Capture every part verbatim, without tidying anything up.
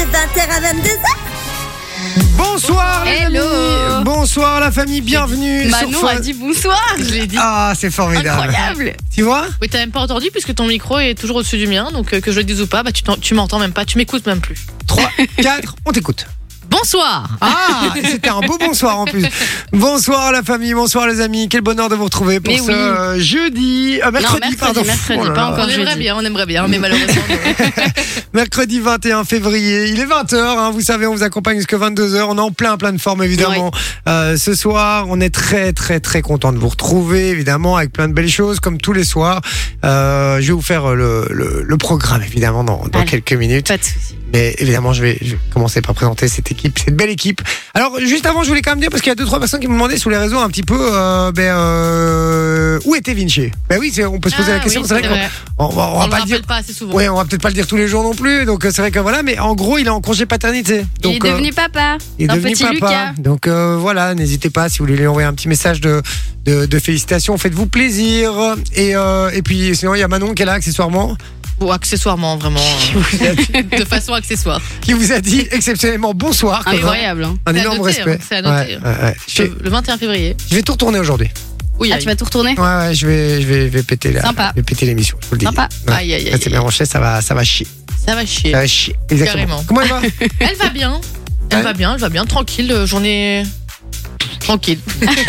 vingt heures à vingt-deux heures. Bonsoir les Hello. amis. Bonsoir la famille, bienvenue Manon sur Fun. a dit bonsoir. Je l'ai dit. Ah, c'est formidable. Incroyable. Tu vois? Oui, t'as même pas entendu puisque ton micro est toujours au-dessus du mien, donc euh, que je le dise ou pas, bah tu, t'en- tu m'entends même pas, tu m'écoutes même plus. trois, quatre, on t'écoute. Bonsoir. Ah, c'était un beau bonsoir en plus. Bonsoir la famille, bonsoir les amis. Quel bonheur de vous retrouver pour Mais ce oui. euh, jeudi, euh, mercredi, mercredi, pardon. mercredi, Oh là pas là. encore. On aimerait jeudi. bien, on aimerait bien, mais malheureusement. non. Mercredi vingt et un février, il est vingt heures, hein, vous savez, on vous accompagne jusqu'à vingt-deux heures, on est en plein plein de forme évidemment. Euh, ce soir, on est très très très content de vous retrouver évidemment avec plein de belles choses comme tous les soirs. Euh, je vais vous faire le, le, le programme évidemment dans, dans Allez. quelques minutes. Pas de soucis. Mais évidemment, je vais, je vais commencer par présenter cette équipe, cette belle équipe. Alors, juste avant, je voulais quand même dire, parce qu'il y a deux, trois personnes qui me demandaient sur les réseaux un petit peu, euh, ben, euh, où était Vinci? Ben oui, c'est- on peut se poser Ah la question. oui, c'est vrai c'est qu'on vrai. on va, on va On le pas le dire. rappelle pas assez souvent. Oui, on va peut-être pas le dire tous les jours non plus. Donc, euh, c'est vrai que voilà, mais en gros, il est en congé paternité. Donc, il est devenu papa. il est d'un devenu petit papa. Lucas. Donc euh, voilà, n'hésitez pas si vous voulez lui envoyer un petit message de, de, de félicitations, faites-vous plaisir. Et, euh, et puis sinon, il y a Manon qui est là accessoirement, Ou accessoirement, vraiment. euh, de façon accessoire. qui vous a dit exceptionnellement bonsoir. Corinne. Incroyable. hein. Un C'est à énorme noter, respect. hein, c'est à noter. Ouais, ouais, ouais. Je, vais, Le, le vingt et un février. je vais tout retourner aujourd'hui. Oui, Ah, aïe. tu vas tout retourner Ouais, ouais, je vais, je vais, je vais péter la, Sympa. je vais péter l'émission. Je vous le dis. Sympa. Ouais. Aïe, aïe, Là, aïe. c'est bien ranché, ça va, ça va chier. Ça va chier. Ça va chier. Exactement. Carrément. Comment elle va? Elle va bien. Elle Ouais. va bien, elle va bien. Tranquille, euh, journée. Tranquille.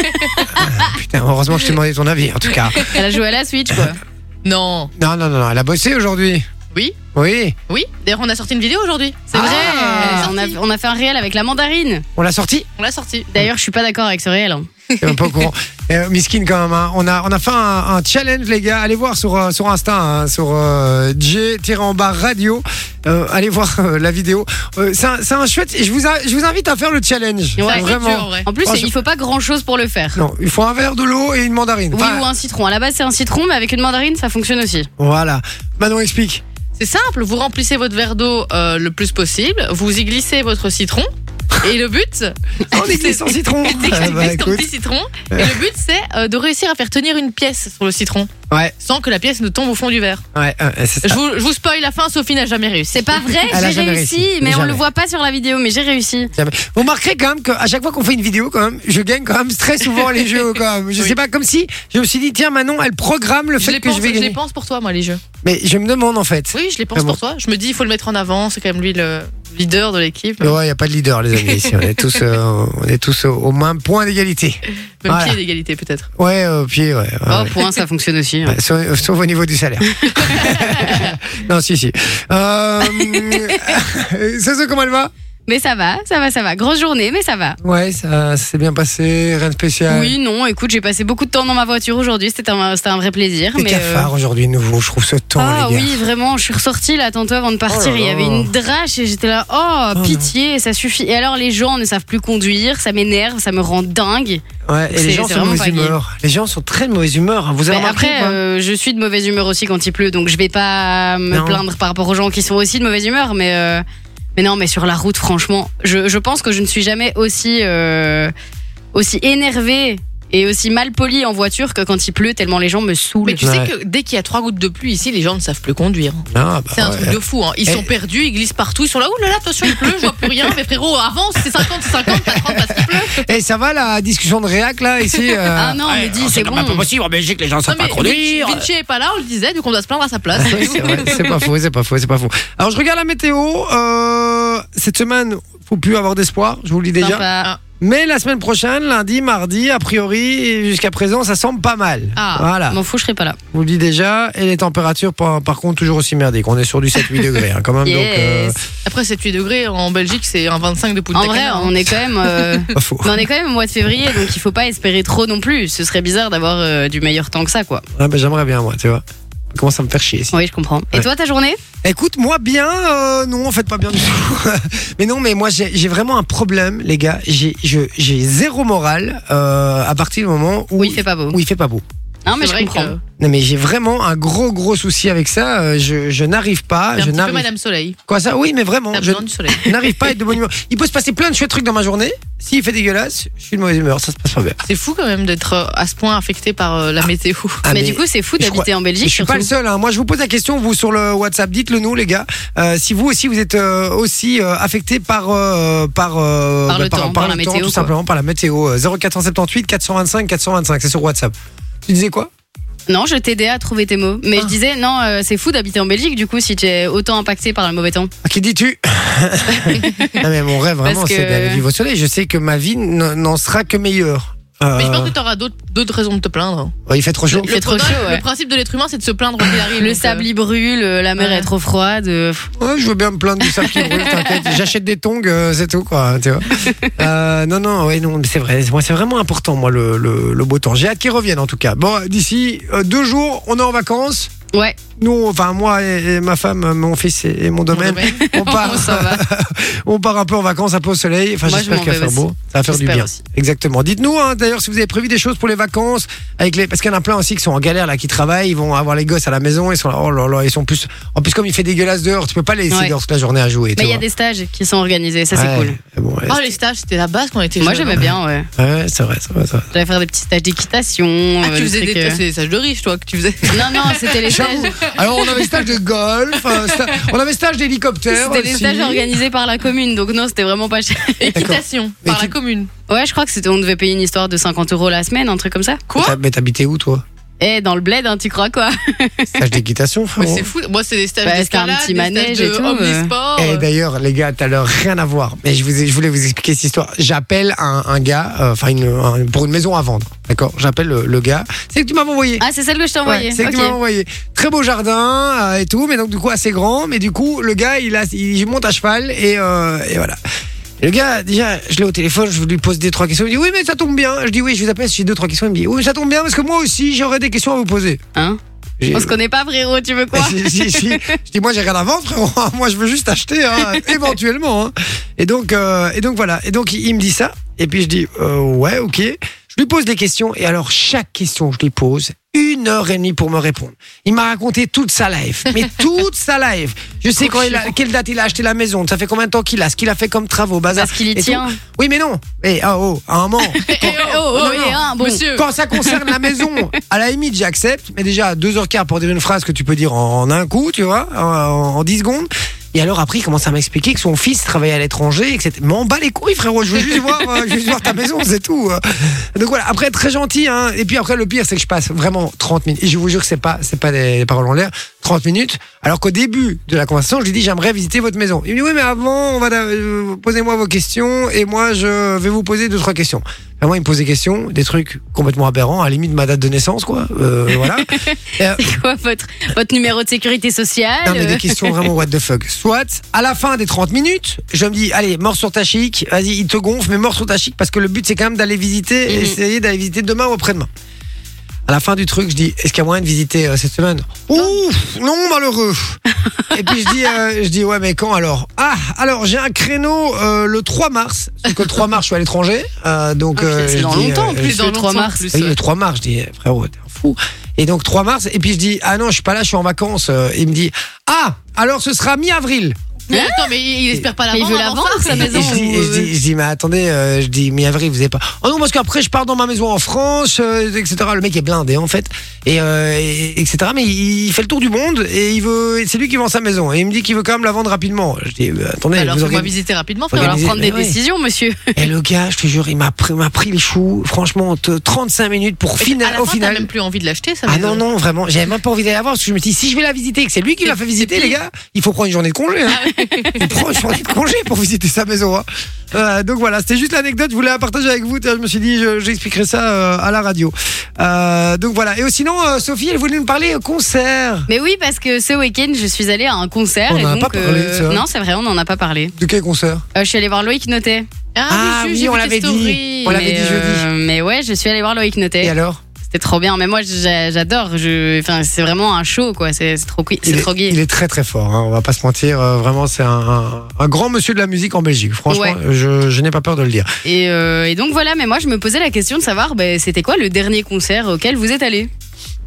Putain, heureusement que je t'ai demandé ton avis, en tout cas. Elle a joué à la Switch, quoi. Non. Non, non, non, non, elle a bossé aujourd'hui. Oui. Oui. Oui. D'ailleurs, on a sorti une vidéo aujourd'hui. C'est Ah. vrai. Elle est on, a, sortie. on a fait un réel avec la mandarine. On l'a sorti. On l'a sorti. D'ailleurs, je suis pas d'accord avec ce réel. hein. Je suis pas au courant. Euh, Miskin quand même. Hein. On a on a fait un, un challenge les gars. Allez voir sur euh, sur Insta, hein, sur euh, J-en-bas radio. Euh, allez voir euh, la vidéo. Euh, c'est un, c'est un chouette. Je vous a- je vous invite à faire le challenge. Ouais. C'est Vraiment. dur, en vrai. En plus, Franchement. il faut pas grand chose pour le faire. Non, il faut un verre de l'eau et une mandarine. Oui, Enfin, ou un citron. À la base, c'est un citron, mais avec une mandarine, ça fonctionne aussi. Voilà. Manon explique. C'est simple, vous remplissez votre verre d'eau euh, le plus possible, vous y glissez votre citron, et le but, On est glissé sans citron. c'est que Ah, tu bah, glisses ton écoute. petit citron, et le but c'est euh, de réussir à faire tenir une pièce sur le citron, Ouais, sans que la pièce ne tombe au fond du verre. ouais, ouais, c'est Je ça. vous, je vous spoil la fin, Sophie n'a jamais réussi. C'est pas vrai, Elle a j'ai jamais réussi, réussi. mais on Jamais. le voit pas sur la vidéo, mais j'ai réussi. Jamais. Vous remarquerez quand même qu'à chaque fois qu'on fait une vidéo, quand même, je gagne quand même très souvent les jeux. Quand même. Je Oui. sais pas, comme si je me suis dit, tiens, Manon, elle programme le Je fait les, que pense, je vais je les gagner. pense pour toi, moi, les jeux. Mais je me demande en fait. Oui, je les pense Ah bon. pour toi. Je me dis, il faut le mettre en avant, c'est quand même lui le leader de l'équipe. Ouais, il n'y a pas de leader, les amis. Ici. On est tous, euh, on est tous au, au même point d'égalité. Même Voilà. pied d'égalité, peut-être. Ouais, au pied, ouais. ouais, Oh, ouais. point, ça fonctionne aussi. hein. Ouais, sauf, sauf au niveau du salaire. non, si, si. Euh, c'est ça, comment elle va? Mais ça va, ça va, ça va. Grosse journée, mais ça va. Ouais, ça, ça s'est bien passé, rien de spécial. Oui, non, écoute, j'ai passé beaucoup de temps dans ma voiture aujourd'hui, c'était un, c'était un vrai plaisir. Les mais euh, cafards aujourd'hui, nouveau, je trouve ce temps, Ah les gars. oui, vraiment, je suis ressortie là tantôt avant de partir, Oh là il y là. avait une drache et j'étais là, oh, Oh pitié, ça suffit. Et alors les gens ne savent plus conduire, ça m'énerve, ça me rend dingue. Ouais, et les C'est- gens c'est sont de vraiment mauvaise pas gai. humeur. Les gens sont très de mauvaise humeur. hein. Vous avez Mais remarqué après, ou pas euh, je suis de mauvaise humeur aussi quand il pleut, donc je vais pas me Non. plaindre par rapport aux gens qui sont aussi de mauvaise humeur, mais euh, mais non, mais sur la route, franchement, je, je pense que je ne suis jamais aussi euh, aussi énervée et aussi mal polie en voiture que quand il pleut, tellement les gens me saoulent. Mais tu Ouais. sais que dès qu'il y a trois gouttes de pluie ici, les gens ne savent plus conduire. Non, bah, C'est un ouais. truc de fou. Hein. Ils Et- sont perdus, ils glissent partout, ils sont là, ouh là là, attention, il pleut, je vois plus rien. Mais frérot, avance, c'est cinquante, c'est cinquante, pas trente parce qu'il pleut. Et ça va la discussion de réac là ici euh, Ah non, mais dis, c'est bon. possible en Belgique, les gens Non, mais Vinci, Vinci est pas là, on le disait, donc on doit se plaindre à sa place. Oui, c'est vrai, c'est pas faux, c'est pas faux, c'est pas faux. Alors je regarde la météo. Euh, cette semaine, faut plus avoir d'espoir, je vous le dis déjà. Sympa. Mais la semaine prochaine, lundi, mardi, a priori, jusqu'à présent, ça semble pas mal. Ah, voilà. M'en fous, je serai pas là. Je vous le dis déjà. Et les températures, par, par contre, toujours aussi merdiques. On est sur du sept huit degrés hein, quand même. Donc, euh, Yes. Après sept huit degrés, en Belgique, c'est un vingt-cinq de Punta En vrai, Cana. hein. on est quand même, euh, pas faux. mais on est quand même au mois de février, donc il faut pas espérer trop non plus. Ce serait bizarre d'avoir euh, du meilleur temps que ça, quoi. Ah, ben, j'aimerais bien, moi, tu vois. Ça commence à me faire chier ici. Oui, je comprends. Et Ouais. toi, ta journée? Écoute, moi bien, euh, non, en fait pas bien du tout. Mais non, mais moi j'ai j'ai vraiment un problème, les gars. J'ai je- j'ai zéro morale euh, à partir du moment où, Oui, il fait pas beau. où il fait pas beau. Non, mais C'est je vrai comprends. que Non, mais j'ai vraiment un gros, gros souci avec ça. Euh, Je, je n'arrive pas. c'est un Je petit peu n'arrive. Madame Soleil. Quoi ça? Oui, mais vraiment. T'as Je besoin du soleil. n'arrive pas à être de bonne humeur. Il peut se passer plein de chouettes trucs dans ma journée. S'il fait dégueulasse, je suis de mauvaise humeur. Ça se passe pas bien. C'est fou quand même d'être euh, à ce point affecté par euh, la météo. Ah, mais, du coup, c'est fou je d'habiter en Belgique. Je suis pas le surtout. seul. Hein. Moi, je vous pose la question, vous sur le WhatsApp, dites-le nous, les gars. Euh, si vous aussi, vous êtes euh, aussi euh, affecté par euh, par euh, Par le temps, par la le temps, météo, tout quoi. simplement par la météo. Euh, zéro quatre cent soixante-dix-huit quatre cent vingt-cinq quatre cent vingt-cinq, c'est sur WhatsApp. Tu disais quoi? Non, je t'aidais à trouver tes mots. Mais Ah. je disais, non, euh, c'est fou d'habiter en Belgique, du coup, si tu es autant impacté par le mauvais temps. À qui dis-tu? Non, mais mon rêve vraiment, Parce que- c'est d'aller vivre au soleil. Je sais que ma vie n- n'en sera que meilleure. Euh, Mais je pense que t'auras d'autres d'autres raisons de te plaindre. ouais, il fait trop chaud. Il fait trop problème- chaud, ouais. Le principe de l'être humain, c'est de se plaindre quand il arrive. Le donc, sable, euh, il brûle, la mer ouais. est trop froide. euh, Ouais, je veux bien me plaindre du sable qui brûle, t'inquiète. J'achète des tongs, euh, c'est tout, quoi. Tu vois. Euh, non, non, ouais, non, mais c'est vrai. Moi, c'est vraiment important, moi, le, le, le beau temps. J'ai hâte qu'il revienne, en tout cas. Bon, d'ici euh, deux jours, on est en vacances. Ouais, Nous, enfin, moi et, et ma femme, mon fils et, et mon domaine, domaine. on part, on s'en va. on part un peu en vacances, un peu au soleil. Enfin, Moi, je j'espère m'en qu'il va vais faire beau. Ça va faire du J'espère bien. aussi. Exactement. Dites-nous, hein, d'ailleurs, si vous avez prévu des choses pour les vacances, avec les, parce qu'il y en a plein aussi qui sont en galère, là, qui travaillent, ils vont avoir les gosses à la maison, ils sont là, oh là là, ils sont plus, en plus, comme il fait dégueulasse dehors, tu peux pas les laisser Ouais. dehors toute la journée à jouer. mais tu il y a vois. des stages qui sont organisés, ça Ouais, c'est cool. mais bon, ouais, Oh, les stages, c'était la base quand on était Moi jeunes, j'aimais hein. bien, ouais. ouais, c'est vrai, c'est vrai, c'est vrai. J'allais faire des petits stages d'équitation. Ah, euh, tu des faisais trucs, des, euh, c'est des stages de riches, toi, que tu faisais. Non, non, c'était les stages. Alors, on avait stage de golf, euh, sta- on avait stage d'hélicoptère. C'était des aussi. stages organisés par la commune, donc non, c'était vraiment pas cher. Équitation, par Et la tu- commune. Ouais, je crois que c'était, on devait payer une histoire de cinquante euros la semaine, un truc comme ça. Quoi T'as- Mais t'habitais où, toi? Eh, dans le bled, hein, tu crois quoi? Stage d'équitation, Mais frérot. c'est fou. Moi, c'est des stages Bah, c'était d'escalade, un petit des manège stages et de tout, omnisport. Et euh. d'ailleurs, les gars, tout à l'heure, rien à voir. Mais je, vous ai- je voulais vous expliquer cette histoire. J'appelle un, un gars, euh, enfin, une, un- pour une maison à vendre. D'accord? J'appelle le, le gars. C'est que tu m'avais envoyé. Ah, c'est celle que je t'ai Ouais, envoyée. c'est que tu Ok. m'as envoyé. Très beau jardin euh, et tout, mais donc du coup assez grand. Mais du coup, le gars, il, a, il monte à cheval et, euh, et voilà. Et le gars, déjà, je l'ai au téléphone, je lui pose des trois questions. Il me dit oui, mais ça tombe bien. Je dis oui, je vous appelle si j'ai deux trois questions. Il me dit oui, mais ça tombe bien parce que moi aussi, j'aurais des questions à vous poser. Hein? J'ai- On se connaît pas, frérot, tu veux quoi? si, si, si. Je dis moi j'ai rien à vendre frérot, moi je veux juste acheter hein, éventuellement hein. Et donc euh, et donc voilà, et donc il, il me dit ça et puis je dis euh, ouais ok, je lui pose des questions et alors chaque question que je lui pose une heure et demie pour me répondre. Il m'a raconté toute sa life, mais toute sa life. Je sais quand il a, quelle date il a acheté la maison, ça fait combien de temps qu'il a, ce qu'il a fait comme travaux, bazar. Parce qu'il y et tout. tient. Oui mais non, et ah, oh, à un moment. Eh, Oh, oh, Non, oui, non, hein, bon. Monsieur. Quand ça concerne la maison, à la limite, j'accepte. Mais déjà, à deux heures quart pour dire une phrase que tu peux dire en, en un coup, tu vois, en, en dix secondes. Et alors après, il commence à m'expliquer que son fils travaillait à l'étranger, et cetera. M'en bats les couilles, frérot. Je veux juste voir, euh, je veux juste voir ta maison, c'est tout. Donc voilà. Après, très gentil, hein. Et puis après, le pire, c'est que je passe vraiment trente minutes. Et je vous jure que c'est pas, c'est pas des paroles en l'air. trente minutes. Alors qu'au début de la conversation, je lui dis, j'aimerais visiter votre maison. Il me dit, oui, mais avant, on va, euh, posez-moi vos questions et moi, je vais vous poser deux, trois questions. Et moi, il me pose des questions, des trucs complètement aberrants, à la limite de ma date de naissance, quoi. Euh, voilà. Et, euh, Quoi, votre, votre numéro de sécurité sociale? non, mais des questions vraiment what the fuck. Soit, à la fin des trente minutes, je me dis, allez, mors sur ta chic, vas-y, il te gonfle, mais mors sur ta chic, parce que le but, c'est quand même d'aller visiter, Mhm. essayer d'aller visiter demain ou après-demain. À la fin du truc, je dis, est-ce qu'il y a moyen de visiter euh, cette semaine? Ouf, non, malheureux. Et puis je dis, euh, je dis, ouais, mais quand alors? Ah, alors j'ai un créneau euh, le trois mars. Parce que le trois mars, je suis à l'étranger. Euh, donc, Ah, euh, c'est je dans dis, longtemps, en euh, plus, dans le trois longtemps, mars. plus. oui, le trois mars, je dis, eh, frérot, t'es un fou. Et donc, trois mars, et puis je dis, ah non, je suis pas là, je suis en vacances. Euh, Il me dit, ah, alors ce sera mi-avril. Mais attends, mais il il espère pas la Mais il vendre. veut la avant vendre, ça. sa Et maison. je dis, et je dis, je dis, mais attendez, euh, je dis, mi-avril, vous avez pas. Oh non, parce qu'après, je pars dans ma maison en France, euh, et cetera. Le mec est blindé, en fait. Et, euh, et- etc. Mais il, il fait le tour du monde et il veut, et c'est lui qui vend sa maison. Et il me dit qu'il veut quand même la vendre rapidement. Je dis, bah, attendez, Alors, vous fais-moi organi- visiter rapidement, Il va frère. falloir Organisé, prendre des mais ouais. décisions, monsieur. Et le gars, je te jure, il m'a pris, m'a pris les choux. Franchement, te- trente-cinq minutes pour À final, la au fin, final. t'as même plus envie de l'acheter, ça. Ah non, non, vraiment, j'avais même pas envie d'aller la voir parce que je me dis, si je vais la visiter et que c'est lui qui l'a fait visiter, c'est les gars, il faut prendre une journée de congé. Hein. Il prend une journée de congé pour visiter sa maison. Hein. Euh, donc voilà, c'était juste l'anecdote, je voulais la partager avec vous. Je me suis dit, je- j'expliquerai ça euh, à la radio. Euh, donc voilà. Et sinon, euh, Sophie, elle voulait nous parler euh, concert. Mais oui, parce que ce week-end, je suis allée à un concert. On et en a donc, pas parlé de ça. Non, c'est vrai, on n'en a pas parlé. De quel concert? Euh, je suis allée voir Loïc Notet. Ah j'ai oui, vu on tes l'avait dit. stories. On l'avait Mais, dit jeudi. euh, mais ouais, je suis allée voir Loïc Et Notet. alors? C'était trop bien. Mais moi, j'a- j'adore. Je... Enfin, c'est vraiment un show, quoi. C'est c'est trop, c'est il, est, trop gay. il est très très fort, hein, on va pas se mentir. euh, vraiment, c'est un, un, un grand monsieur de la musique en Belgique. Franchement, Ouais. je, je n'ai pas peur de le dire. Et, euh, et donc voilà. Mais moi, je me posais la question de savoir, bah, c'était quoi le dernier concert auquel vous êtes allé?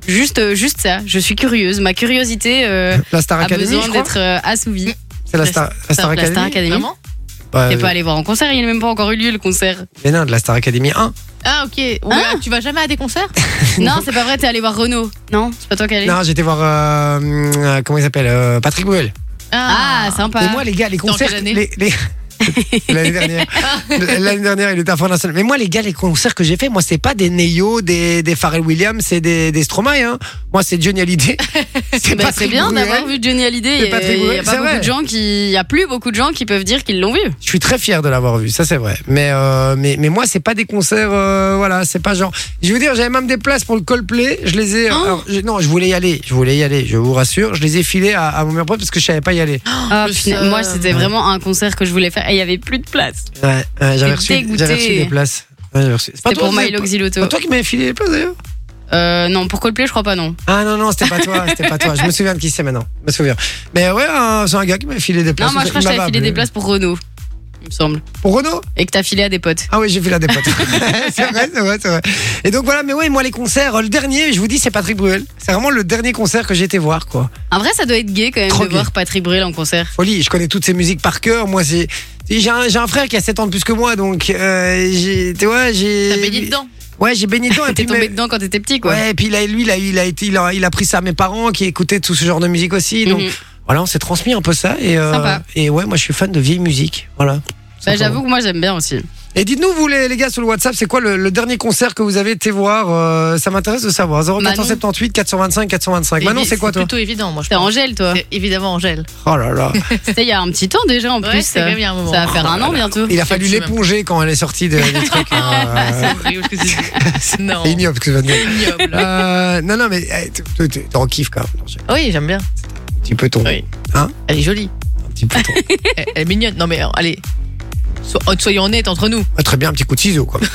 Juste, euh, juste ça. Je suis curieuse. Ma curiosité euh, La Star a Academy, besoin je crois. d'être euh, assouvie. C'est la Star, la Star La Academy. Star Academy. Vraiment Ouais, T'es pas allé voir en concert, il n'a même pas encore eu lieu le concert. mais non, de la Star Academy un. Ah, ok. Ouais, Ah. tu vas jamais à des concerts? Non, c'est pas vrai, t'es allé voir Renaud. Non, c'est pas toi qui allé. Non, j'étais voir euh, euh, comment il s'appelle euh, Patrick Bruel. Ah, sympa. Et moi, les gars, les Dans concerts. quelle année les, les- L'année dernière. L'année dernière, il était à Fort National. Mais moi, les gars, les concerts que j'ai fait, moi, c'est pas des Neo, des, des Pharrell Williams, c'est des, des Stromae. Hein. Moi, c'est Johnny Hallyday. C'est Bah, Patrick c'est bien Bruel. d'avoir vu Johnny Hallyday. C'est Il Patrick n'y Bruel, a pas c'est beaucoup vrai. de gens qui, il y a plus beaucoup de gens qui peuvent dire qu'ils l'ont vu. Je suis très fier de l'avoir vu, ça c'est vrai. Mais, euh, mais, mais moi, c'est pas des concerts, euh, voilà, c'est pas genre. Je veux dire, j'avais même des places pour le Coldplay. Je les ai. Oh. alors, je- non, je voulais y aller, je voulais y aller, je vous rassure. Je les ai filés à, à mon meilleur pote parce que je savais pas y aller. Ah, le putain, seum. moi, c'était vraiment un concert que je voulais faire et il y avait plus de place. Ouais, ouais, j'avais, T'es reçu, dégoûté. j'avais reçu des places. Ouais, j'avais reçu. C'est pas C'était toi, pour c'est Milo pas- Xyloto. c'est pas toi qui m'avais filé les places d'ailleurs. Euh, non, pour Coldplay, je crois pas, non. Ah non, non, c'était pas toi, c'était pas toi. Je me souviens de qui c'est maintenant. Je me souviens. Mais ouais, un- c'est un gars qui m'avait filé des places. Non, moi, je crois Il que je m'avait t'avais filé appelé. des places pour Renaud, il me semble. Pour Renaud. Et que t'as filé à des potes. Ah oui, j'ai filé à des potes. c'est vrai, c'est vrai, c'est vrai. Et donc voilà, mais ouais, moi les concerts, le dernier, je vous dis, c'est Patrick Bruel. C'est vraiment le dernier concert que j'ai été voir, quoi. En vrai, ça doit être gay quand même Trop de gay. voir Patrick Bruel en concert. Folie, je connais toutes ses musiques par cœur. Moi, c'est. J'ai un, j'ai un frère qui a sept ans de plus que moi, donc euh, j'ai, tu vois, j'ai. T'as baigné dedans? Ouais, j'ai baigné dedans. Et T'es puis, tombé mais- dedans quand t'étais petit, quoi. Ouais, et puis là, lui, il a, il a été, il a, il a pris ça à mes parents qui écoutaient tout ce genre de musique aussi. Donc Mhm. voilà, on s'est transmis un peu ça. Et, euh, Sympa. et ouais, moi, je suis fan de vieille musique. Voilà. Bah, Simplement. j'avoue que moi, j'aime bien aussi. Et dites-nous, vous, les, les gars, sur le WhatsApp, c'est quoi le, le dernier concert que vous avez été voir euh, Ça m'intéresse de savoir. zéro quatre cent soixante-dix-huit quatre cent vingt-cinq quatre cent vingt-cinq. Manon, Évi- c'est quoi, toi plutôt évident, moi, je T'es pense. Angèle, toi. C'est évidemment Angèle. Oh là là. C'était il y a un petit temps déjà, en Ouais, plus. c'est quand même il y a un moment. Ça va faire un an bientôt. Il a fallu Je sais l'éponger quand elle est sortie de- des trucs. Ah, euh, c'est horrible ce que tu dis. Non. C'est ignoble ce que je viens de dire. Ignoble. Euh, non, non, mais eh, t- t- t- t'en kiffes quand même. Non, j'ai- Oui, j'aime bien. Un petit peu ton. Oui. Hein Elle est jolie. Un petit peu ton. Elle, elle est mignonne. Non, mais euh, allez. So- soyons honnêtes entre nous. Ah, très bien, un petit coup de ciseau, quoi.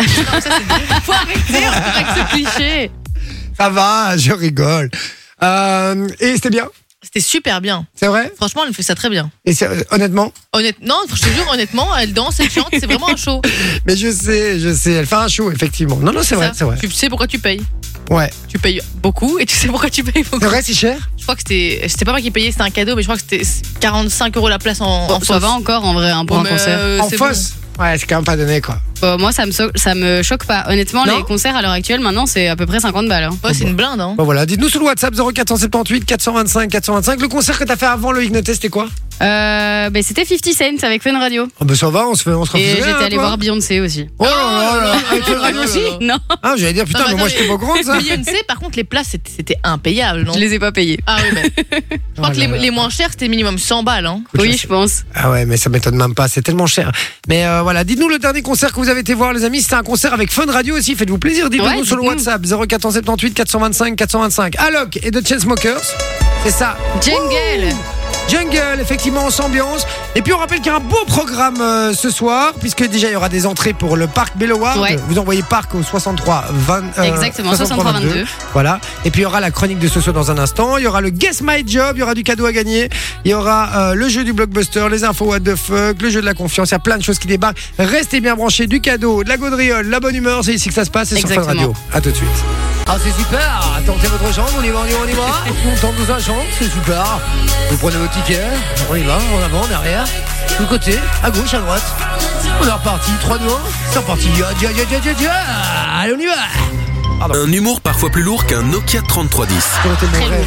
Faut arrêter avec ce cliché. Ça va, je rigole. Euh, et c'était bien, C'était super bien. c'est vrai. Franchement, elle fait ça très bien. Et c'est- euh, honnêtement, Honnête... Non, je te jure, honnêtement, elle danse, elle chante, c'est vraiment un show. mais je sais, je sais, elle fait un show, effectivement. Non, non, c'est vrai, Ça. c'est vrai. Tu sais pourquoi tu payes. Ouais. Tu payes beaucoup et tu sais pourquoi tu payes beaucoup. C'est vrai, si cher. Je crois que c'était c'était pas moi qui payais, c'était un cadeau, mais je crois que c'était quarante-cinq euros la place en, en Ça fausse. va encore en vrai, hein, pour Bon, un mais, concert. euh, En c'est fausse. Ouais, c'est quand même pas donné, quoi. Euh, moi, ça me, so- ça me choque pas. Honnêtement, Non les concerts à l'heure actuelle, maintenant, c'est à peu près cinquante balles. hein. bon. Ouais, c'est une blinde, hein. Bon, voilà, dites-nous sur le WhatsApp zéro quatre cent soixante-dix-huit quatre cent vingt-cinq quatre cent vingt-cinq. Le concert que t'as fait avant le Ignoté, c'était quoi Euh, ben, c'était cinquante Cent avec Fun Radio. Oh, bah ça va, on se fait, on se refuse Et rien, j'étais allé toi. voir Beyoncé aussi. Oh là là là, avec Fun Radio Oh là aussi là. Non, Ah, j'allais dire, putain, Non, mais mais moi, attends, j'étais pas au courant de ça. Beyoncé, par contre, les places, c'était c'était impayable, non je les ai pas payés. Ah oui, mais. Je crois Oh que là les, là. les moins chers, c'était minimum cent balles, hein. Écoute, Oui, je je sais. pense. Ah ouais, mais ça m'étonne même pas, c'est tellement cher. Mais euh, voilà, dites-nous le dernier concert que vous avez été voir, les amis. C'était un concert avec Fun Radio aussi. Faites-vous plaisir, dites-nous Ouais, sur le dites-nous. WhatsApp zéro quatre cent soixante-dix-huit quatre cent vingt-cinq quatre cent vingt-cinq. Alok et The Chainsmokers. C'est ça. Jungle. Jungle, effectivement, on s'ambiance. Et puis on rappelle qu'il y a un beau programme euh, ce soir, puisque déjà il y aura des entrées pour le parc Belloward. Ouais. Vous envoyez parc au soixante-trois vingt. euh, Exactement, soixante-trois vingt-deux. Voilà. Et puis il y aura la chronique de ce soir dans un instant. Il y aura le Guess My Job. Il y aura du cadeau à gagner. Il y aura euh, le jeu du blockbuster, les infos what the fuck, le jeu de la confiance. Il y a plein de choses qui débarquent. Restez bien branchés. Du cadeau, de la gaudriole, la bonne humeur. C'est ici que ça se passe. C'est sur Fun Exactement. Radio. À tout de suite. Ah, c'est super. Tentez votre chance. On y va, on y va, on y va. On tente sa chance. C'est super. Vous prenez vos tickets. On y va. En avant, en arrière. De côté, à gauche, à droite. On est reparti. trois, deux, un. C'est reparti. Ya, ya, ya, ya, ya, ya. Allez, on y va. Pardon. Un humour parfois plus lourd qu'un Nokia trente-trois dix. C'était mon rêve.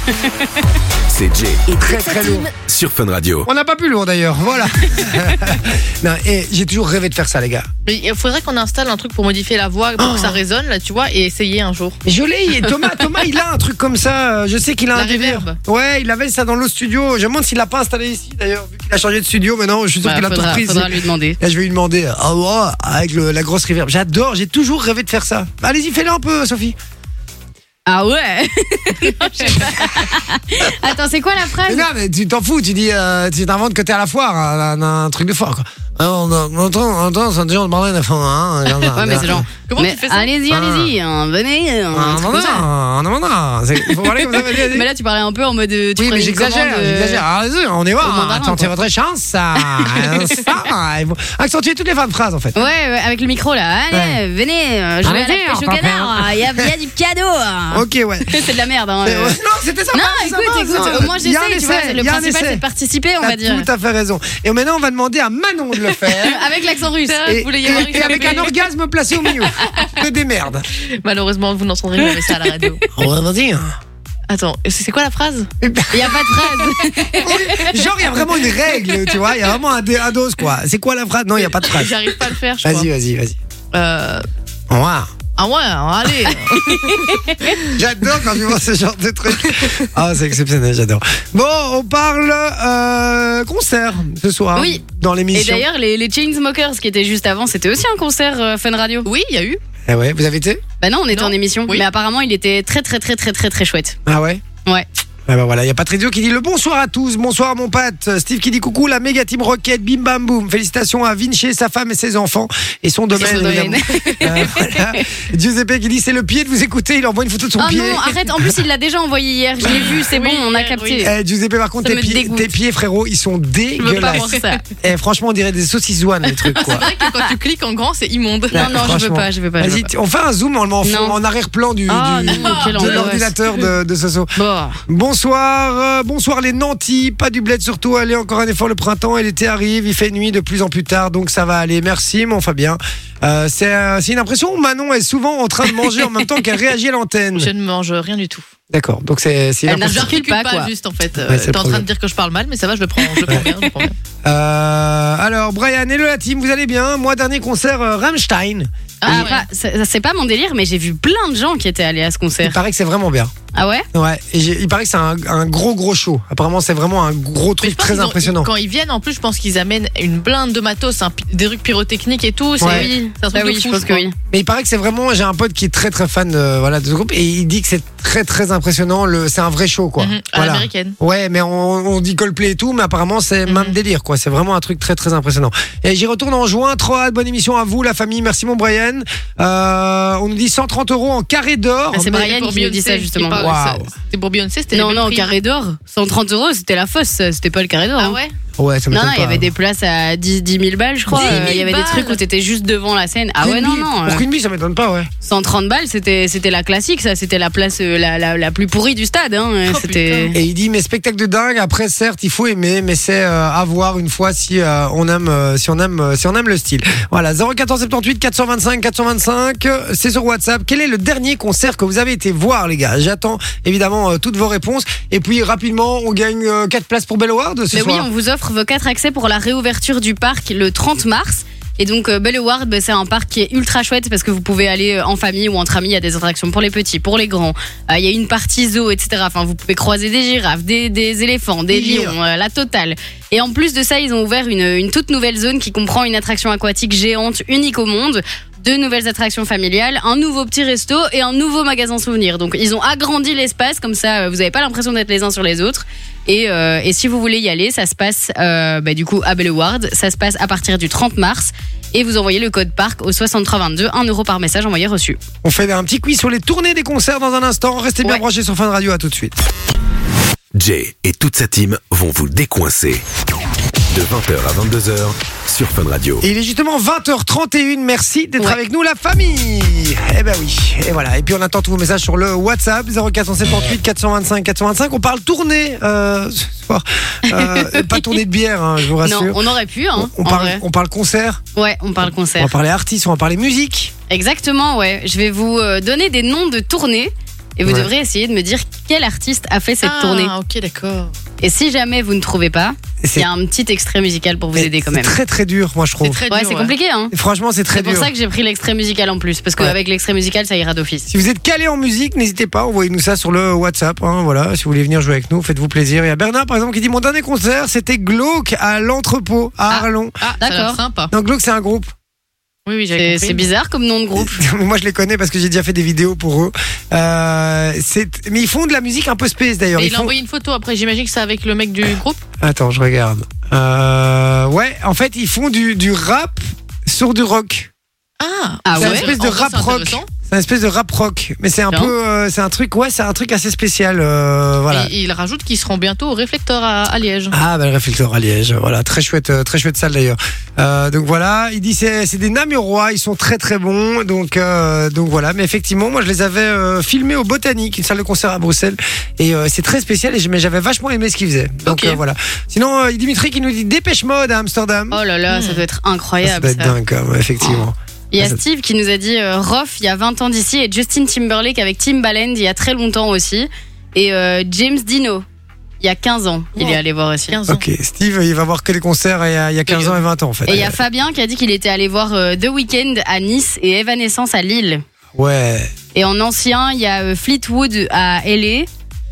C'est Jay Et très très lourd. sur Fun Radio. On n'a pas plus lourd d'ailleurs, voilà. Non, et j'ai toujours rêvé de faire ça, les gars. Mais il faudrait qu'on installe un truc pour modifier la voix, pour que Oh. ça résonne, là, tu vois, et essayer un jour. Mais je l'ai, et Thomas, Thomas, il a un truc comme ça. euh, Je sais qu'il a La un délire. reverb. Ouais, il avait ça dans l'autre studio. Je me demande s'il l'a pas installé ici d'ailleurs, vu qu'il a changé de studio maintenant. Je suis sûr Bah, qu'il a tout faudra, pris. faudra lui demander. Là, je vais lui demander, ah ouais, avec le- la grosse reverb. J'adore, j'ai toujours rêvé de faire ça. Allez-y, fais-le un peu, Sophie. Ah ouais. Non, je sais pas. Attends, c'est quoi la phrase? Mais non, mais tu t'en fous, tu dis, euh, tu t'inventes que t'es à la foire, un, un- un truc de fort, quoi. Alors, on entend, on entend, ça on parlait de fond, hein. Ouais, mais c'est genre. Comment mais tu fais ça? allez-y, allez-y, hein, venez. hein, Ah, un truc non, comme ça. non, non, non, non. C'est- Il faut parler comme ça, vas-y, vas-y. Mais là, tu parlais un peu en mode. euh, Tu Oui, prenais mais une j'exagère, commande, euh, j'exagère. Allez-y, on y va. au mandarin, Tentez quoi. votre chance. Ça, ça. Il faut accentuer toutes les fins de phrases, en fait. Ouais, ouais, avec le micro là. Allez, Ouais. venez, euh, je vais à Allez-y, la pêche on au va canard. Il y, a- il y a du cadeau. hein. Ok, ouais. C'est de la merde. Hein, C'est- euh. ouais, Non, c'était ça. Non, écoute, écoute, au moins Il y a un j'essaye, tu vois. essai, Le il y a un principal, essai. c'est de participer, on T'as va dire. tout à fait raison. Et maintenant, on va demander à Manon de le faire. Avec l'accent russe. Ah, Et, vous voulez y avoir et- et avec un orgasme placé au milieu. Que des merdes. Malheureusement, vous n'entendrez jamais ça à la radio. On va dire. Attends, c'est c'est quoi la phrase? Il n'y a pas de phrase. Genre, il y a vraiment une règle, tu vois. Il y a vraiment un, dé- un dose, quoi. C'est quoi la phrase? Non, il n'y a pas de phrase. J'arrive pas à le faire, je Vas-y, crois. vas-y, vas-y. Euh... Au revoir. Ah ouais, allez. J'adore quand je vois ce genre de truc. Ah, c'est exceptionnel, j'adore. Bon, on parle euh, concert ce soir Oui. dans Et l'émission. d'ailleurs, les, les Chainsmokers qui étaient juste avant, c'était aussi un concert euh, Fun Radio. Oui, il y a eu. Eh ouais, vous avez été? Bah non, on était Non. en émission. Oui. Mais apparemment, il était très, très, très, très, très, très chouette. Ah ouais? Ouais. Ah bah voilà, il y a Patrick Dio qui dit le bonsoir à tous, bonsoir mon pote. Steve qui dit coucou, la méga team Rocket, bim bam boum. Félicitations à Vinci, sa femme et ses enfants et son domaine. son domaine. évidemment. Euh, voilà. Giuseppe qui dit c'est le pied de vous écouter, il envoie une photo de son Oh pied. non, arrête. En plus, il l'a déjà envoyé hier. Je l'ai vu, c'est Oui, bon, on a hier, capté. Eh, Giuseppe, par contre, Ça tes me pieds, dégoûte. tes pieds, frérot, ils sont Je veux pas voir dégueulasses. ça. Eh, franchement, on dirait des saucissouanes, les trucs, quoi. C'est vrai que quand tu cliques en grand, c'est immonde. Non, non, je veux Franchement. pas, je veux pas. je veux Vas-y, pas. t- on fait un zoom, on le met en, fond- Non. en arrière-plan du, Ah du- non, quelle de angoisse. l'ordinateur de, de Soso. Bon. Bonsoir, euh, bonsoir les nantis, pas du bled surtout, allez encore un effort le printemps et l'été arrive, il fait nuit de plus en plus tard donc ça va aller, merci mon Fabien. Euh, c'est euh, c'est une impression, Manon est souvent en train de manger en même temps qu'elle réagit à l'antenne. Je ne mange rien du tout. D'accord, donc c'est c'est une Elle n'a impression. J'articule J'articule pas, pas, quoi. juste en fait. Euh, Ouais, c'est le T'es en train problème. de dire que je parle mal, mais ça va, je le prends, je le prends bien. Je le prends bien. Euh, alors Brian, hello la team, vous allez bien? Moi dernier concert euh, Rammstein. Ah, ouais. pas- ça- c'est pas mon délire, mais j'ai vu plein de gens qui étaient allés à ce Il concert. paraît que c'est vraiment bien. Ah ouais? Ouais, et j'ai- il paraît que c'est un, un gros gros show. Apparemment c'est vraiment un gros Mais truc je pense très qu'ils ont- impressionnant. Quand ils viennent, en plus, je pense qu'ils amènent une blinde de matos, un pi- des trucs pyrotechniques et tout. C'est Ouais. Oui, c'est un truc bah de oui, fou, je pense que crois. oui. Mais il paraît que c'est vraiment, j'ai un pote qui est très très fan de, voilà, de ce groupe et il dit que c'est très très impressionnant. Le, c'est un vrai show quoi. Mhm, à Voilà. l'américaine. Ouais, mais on, on dit Coldplay et tout, mais apparemment c'est Mhm. même délire quoi. C'est vraiment un truc très très impressionnant. Et j'y retourne en juin. Trop hâte, bonne émission à vous la famille. Merci mon Brian. Euh, on nous dit cent trente euros en carré d'or. Ah, c'est Mais- Brian pour qui nous dit Beyoncé, ça, justement. qui est pas- Waouh. c'est- C'était pour Beyoncé, c'était Non, les mêmes non, prix. carré d'or, cent trente euros, c'était la fausse, c'était pas le carré d'or. Ah hein. ouais? Ouais, ça Non, m'étonne non, il y pas. avait des places à dix mille balles, je crois. dix mille Euh, Il y avait des balles. trucs où t'étais juste devant la scène. Ah ouais, non, Queen Bee. non. Pour euh, Queen Bee, ça m'étonne pas, ouais. cent trente balles, c'était c'était la classique, ça. C'était la place euh, la, la, la plus pourrie du stade. Hein. euh, Oh, C'était. Et il dit mais spectacle de dingue. Après certes il faut aimer, mais c'est euh, à voir une fois si euh, on aime euh, si on aime euh, si on aime le style. Voilà zéro quatre soixante-dix-huit quatre cent vingt-cinq quatre cent vingt-cinq. euh, C'est sur WhatsApp. Quel est le dernier concert que vous avez été voir les gars? J'attends évidemment euh, toutes vos réponses. Et puis rapidement on gagne euh, quatre places pour Bell Award ce Mais oui, soir. on vous offre vos quatre accès pour la réouverture du parc le trente mars. Et donc euh, Bell Award, bah, c'est un parc qui est ultra chouette parce que vous pouvez aller euh, en famille ou entre amis. Il y a des attractions pour les petits, pour les grands. Euh, Il y a une partie zoo, et cetera. Enfin, vous pouvez croiser des girafes, des, des éléphants, des Délire. lions, euh, la totale. Et en plus de ça, ils ont ouvert une, une toute nouvelle zone qui comprend une attraction aquatique géante unique au monde. Deux nouvelles attractions familiales, un nouveau petit resto et un nouveau magasin souvenir. Donc ils ont agrandi l'espace, comme ça euh, vous n'avez pas l'impression d'être les uns sur les autres. Et, euh, et si vous voulez y aller, ça se passe euh, bah, du coup à Bell Award. Ça se passe à partir du trente mars. Et vous envoyez le code parc au soixante-trois vingt-deux, un euro par message envoyé reçu. On fait un petit quiz sur les tournées des concerts dans un instant. Restez bien Ouais. branchés sur Fun Radio. À tout de suite. Jay et toute sa team vont vous décoincer. De vingt heures à vingt-deux heures sur Fun Radio. Et il est justement vingt heures trente et une. Merci d'être Ouais. avec nous, la famille. Eh ben oui. Et voilà. Et puis on attend tous vos messages sur le WhatsApp zéro quatre cent soixante-dix-huit quatre cent vingt-cinq quatre cent vingt-cinq. On parle tournée euh, ce soir. Euh, pas tournée de bière, hein, je vous rassure. Non, on aurait pu, hein, on, en parle, vrai. on parle concert. Ouais, on parle On concert. va parler artistes. On va parler musique. Exactement, ouais. Je vais vous euh, donner des noms de tournées. Et vous Ouais. devrez essayer de me dire quel artiste a fait cette ah, tournée. ok, d'accord. Et si jamais vous ne trouvez pas, Et il y a un petit extrait musical pour vous et aider quand c'est même. très très dur, moi je C'est trouve. très Ouais, dur. c'est compliqué, hein. Et franchement, c'est très C'est pour dur. ça que j'ai pris l'extrait musical en plus, parce Ouais. qu'avec l'extrait musical, ça ira d'office. Si vous êtes calé en musique, n'hésitez pas, envoyez-nous ça sur le WhatsApp. Hein, voilà, si vous voulez venir jouer avec nous, faites-vous plaisir. Il y a Bernard par exemple qui dit mon dernier concert, c'était Glauque à l'entrepôt à Ah. Arlon. Ah, ça a l'air D'accord. sympa. Non, Glauque c'est un groupe. Oui, oui, j'avais C'est compris. c'est bizarre comme nom de groupe. Moi je les connais parce que j'ai déjà fait des vidéos pour eux. Euh, c'est- mais ils font de la musique un peu space d'ailleurs. Mais Ils il a font... envoyé une photo après, j'imagine que c'est avec le mec du groupe. Attends, je regarde. Euh, ouais, en fait, ils font du, du rap sur du rock. Ah, Ah c'est ouais une espèce de En vrai, rap c'est rock. intéressant. C'est une espèce de rap rock, mais c'est un Bien. peu, euh, c'est un truc, ouais, c'est un truc assez spécial, euh, voilà. Et il rajoute qu'ils seront bientôt au réflecteur à, à Liège. Ah, bah, le réflecteur à Liège, voilà, très chouette, euh, très chouette salle d'ailleurs. Euh, donc voilà, il dit c'est, c'est des Namurois, ils sont très très bons, donc euh, donc voilà. Mais effectivement, moi je les avais euh, filmés au Botanique, une salle de concert à Bruxelles, et euh, c'est très spécial. Et je- mais j'avais vachement aimé ce qu'ils faisaient. Donc Ok. euh, voilà. Sinon, euh, Dimitri qui nous dit Dépêche Mode à Amsterdam. Oh là là, ça Hmm. doit être Ça, ça incroyable. doit être ça. dingue, quand même, effectivement. Il y a Ah, ça- Steve qui nous a dit euh, Rof il y a vingt ans d'ici et Justin Timberlake avec Timbaland il y a très longtemps aussi. Et euh, James Dino il y a quinze ans, il Wow. est allé voir aussi. quinze ans. Ok, Steve, il va voir que les concerts il y a, il y a quinze ans et vingt ans en fait. Et il y a Fabien qui a dit qu'il était allé voir euh, The Weeknd à Nice et Evanescence à Lille. Ouais. Et en ancien, il y a euh, Fleetwood à L A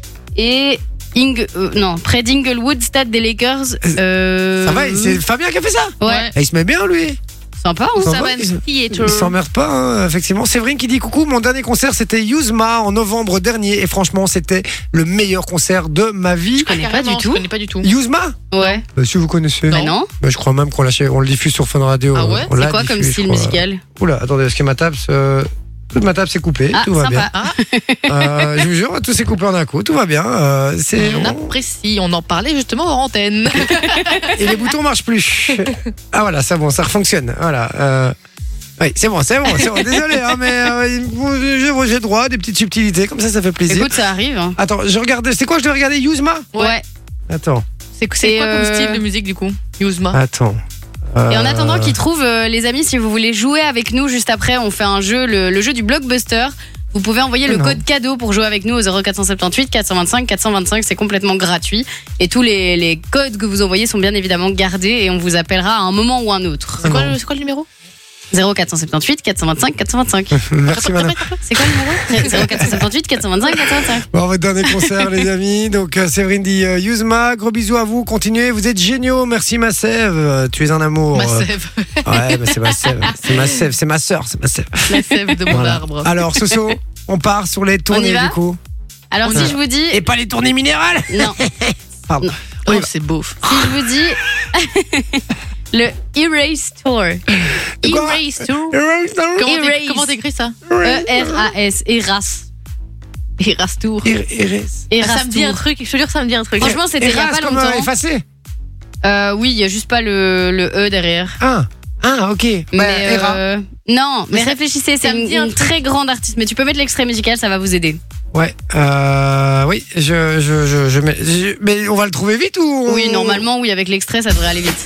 et Ing euh, non, près d'Inglewood, stade des Lakers. Euh, Ça va, c'est Fabien qui a fait ça. Ouais, Et il se met bien lui. sympa. Hein, Ça ça. va, Seven il- Theater. Il s'emmerde pas, hein, effectivement. Séverine qui dit coucou, mon dernier concert c'était Yuzma en novembre dernier et franchement c'était le meilleur concert de ma vie. Je connais pas Carrément, du tout. Je connais pas du tout. Yuzma Ouais. bah, si vous connaissez. Mais non. Bah, je crois même qu'on, l'a, on le diffuse sur Fun Radio. Ah ouais On C'est l'a quoi comme diffusé, style je crois. musical Oula, attendez, parce que ma table, se- toute ma table s'est coupée, Ah, tout va sympa. Ah, bien. Euh, je vous jure, tout s'est coupé en un coup, tout va bien. Euh, c'est, on on- apprécie, on en parlait justement en antenne. Et les boutons marchent plus. Ah voilà, c'est bon, ça refonctionne. Voilà. Euh... Oui, c'est bon, c'est bon, c'est bon. Désolé, hein, mais euh, j'ai, j'ai droit à des petites subtilités, comme ça, ça fait plaisir. Écoute, ça arrive. Hein. Attends, je regardais. C'est quoi je dois regarder Yuzma Ouais. Attends, C'est c'est Et quoi comme euh, style de musique du coup Yuzma. attends. Et en Euh, attendant qu'ils trouvent, euh, les amis, si vous voulez jouer avec nous juste après, on fait un jeu, le, le jeu du Blockbuster. Vous pouvez envoyer le Non. code cadeau pour jouer avec nous au zéro quatre cent soixante-dix-huit quatre cent vingt-cinq quatre cent vingt-cinq. C'est complètement gratuit. Et tous les, les codes que vous envoyez sont bien évidemment gardés et on vous appellera à un moment ou un autre. C'est quoi, non. le- c'est quoi le numéro zéro quatre cent soixante-dix-huit quatre cent vingt-cinq quatre cent vingt-cinq. Merci, madame. C'est quoi le numéro zéro quatre cent soixante-dix-huit quatre cent vingt-cinq quatre cent vingt-cinq. Bon, votre dernier concert, les amis. Donc, euh, Séverine dit euh, Yuzma, gros bisous à vous. Continuez, vous êtes géniaux. Merci, ma sève. Euh, tu es un amour. Ma Euh, sève. Ouais, mais c'est ma sève. C'est ma sève, c'est ma sœur, c'est ma sève. La sève de mon Voilà. arbre. Alors, Soso, on part sur les tournées va du coup. Alors On y si je vous dis. Et pas les tournées minérales. Non. Pardon. Non. On y Oh, va. c'est beau. Si je vous dis. Le Erase Tour. Quoi Erase Tour. Erase Tour. Comment Erase. t'écris- Comment t'écris ça E R A S. Eras. Erase Tour. Er- Erase. Ah, Eras ça me dit un Tour. truc, je te jure, ça me dit un truc. Franchement, c'était il y a Erase pas comme euh, longtemps. effacé. Euh, oui, il y a juste pas le, le E derrière. Ah, ah, ok. Bah, Mais Era. euh, non, mais, Mais ça- réfléchissez, ça c'est me une, dit un une truc. très grande artiste. Mais tu peux mettre l'extrait musical, ça va vous aider. Ouais. Euh, oui, je, je, je, je, mets- je- mais on va le trouver vite ou on- Oui, normalement, oui, avec l'extrait, ça devrait aller vite.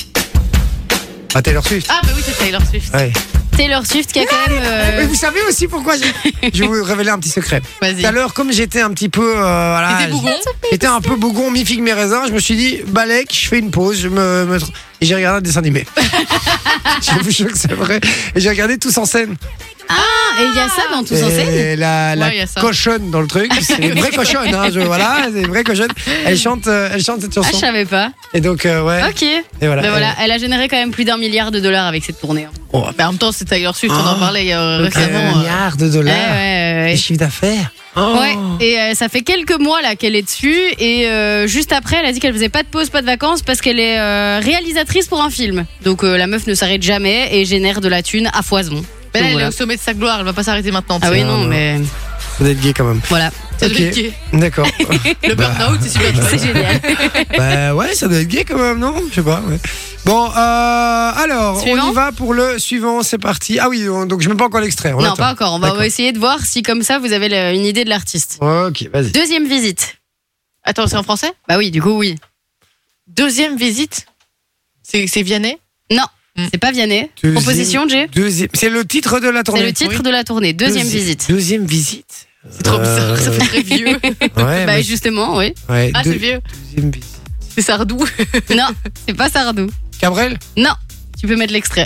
Ah, Taylor Swift. Ah, bah oui, c'est Taylor Swift. Ouais. Taylor Swift qui a quand même. euh, Mais vous savez aussi pourquoi j'ai- je vais vous révéler un petit secret. Vas-y. Tout à l'heure, comme j'étais un petit peu, euh, voilà, T'étais bougon j'étais un peu bougon, mi figue mes raisins, je me suis dit, Balek, je fais une pause, je me, me- et j'ai regardé un dessin animé. Je vous jure que c'est vrai. Et j'ai regardé Tous en scène. Ah, et il y a ça dans Tous en scène. Et la, la Ouais, y a ça. cochonne dans le truc, c'est une vraie cochonne, hein, je, voilà, c'est une vraie cochonne. Elle chante, euh, elle chante cette Ah, je chanson. savais pas. Et donc, euh, ouais. Ok. Et voilà. Mais voilà, elle a généré quand même plus d'un milliard de dollars avec cette tournée. hein. Oh, Mais en même temps, c'est Taylor Swift, on en Ah. parlait euh, un récemment. euh. milliard de Ouais, dollars. ouais, de ouais. chiffre d'affaires. Oh. Ouais, et euh, ça fait quelques mois là qu'elle est dessus et euh, juste après elle a dit qu'elle faisait pas de pause, pas de vacances parce qu'elle est euh, réalisatrice pour un film. Donc euh, la meuf ne s'arrête jamais et génère de la thune à foison. Mais là, Donc, elle est voilà. au sommet de sa gloire, elle va pas s'arrêter maintenant. Ah tu oui sais. non non. mais Vous êtes gay quand même. voilà, Ça doit Ok. être gay. D'accord. Le Bah. burn-out, c'est super c'est chouette. génial. Bah ouais, ça doit être gay quand même, non? Je sais pas. Ouais. Bon, euh, alors, Suivant on y va pour le suivant, c'est parti. Ah oui, on- donc je mets pas encore l'extrait. on Non attend. pas encore, on va, on va D'accord. essayer de voir si comme ça vous avez le- une idée de l'artiste. Ok, vas-y. Deuxième visite. Attends, c'est en français Bah oui, du coup oui. Deuxième visite C'est c'est Vianney Non, Hmm. c'est pas Vianney. Deuxième- Proposition Jay. Deuxième, c'est le titre de la C'est tournée. le titre Oui. de la tournée. Deuxième visite. Deuxième visite. C'est trop bizarre, ça fait très vieux. Ouais, Bah mais- justement, oui. ouais, Ah, deux- c'est vieux. Deuxième visite. C'est Sardou. Non, c'est pas Sardou. Cabrel? Non, tu peux mettre l'extrait.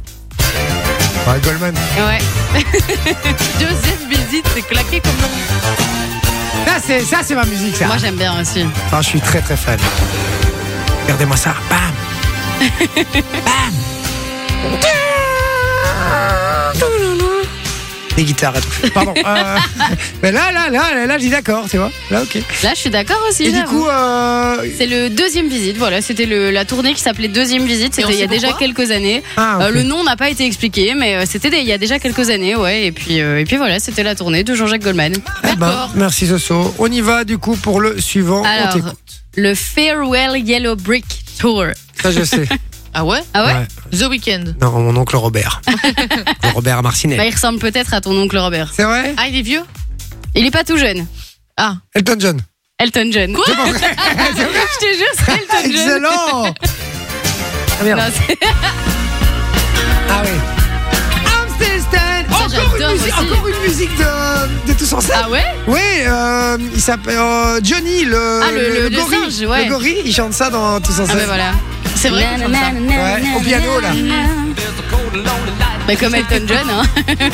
Ouais, Goldman. Ouais. Deuxième visite, c'est claqué comme nom. Là, c'est, ça, c'est ma musique, ça. Moi j'aime bien aussi. Ah, je suis très, très fan. Regardez-moi ça. Bam. Bam. Les guitares et tout. Pardon. Euh, mais là, là, là, là, là, je dis d'accord, tu vois. Là, ok. Là, je suis d'accord aussi. Et du j'avoue. coup, euh... C'est le deuxième visite, voilà, c'était le, la tournée qui s'appelait Deuxième visite, Et on c'était il y a sait déjà pourquoi quelques années. ah, Euh, ok. le nom n'a pas été expliqué, mais euh, c'était des- il y a déjà quelques années, ouais, et puis, euh, et puis voilà, c'était la tournée de Jean-Jacques Goldman. Eh ben, D'accord. merci Soso. On y va du coup pour le suivant. On Alors, t'écoute. le Farewell Yellow Brick Tour. Ça, je sais. Ah ouais Ah ouais, The Weeknd. Non, mon oncle Robert. Le Robert Marcinet. bah, il ressemble peut-être à ton oncle Robert. C'est vrai? Ah, il est vieux Il est pas tout jeune. Ah. Elton John. Elton John. Quoi C'est pas vrai. Je te jure, c'est Elton John. Excellent. Ah, merde. Non, c'est- Ah oui. I'm still stand. Ça, Encore, une j'adore musique, aussi. encore une musique de, de Tous en scène. Ah ouais Oui, euh, il s'appelle euh, Johnny, le, Ah, le- le- le gorille. singe, ouais. Le gorille, il chante ça dans Tous en Ah scène. ben voilà. C'est vrai qu'il chante ça. Ouais, au piano, là. Bah comme Elton John, hein.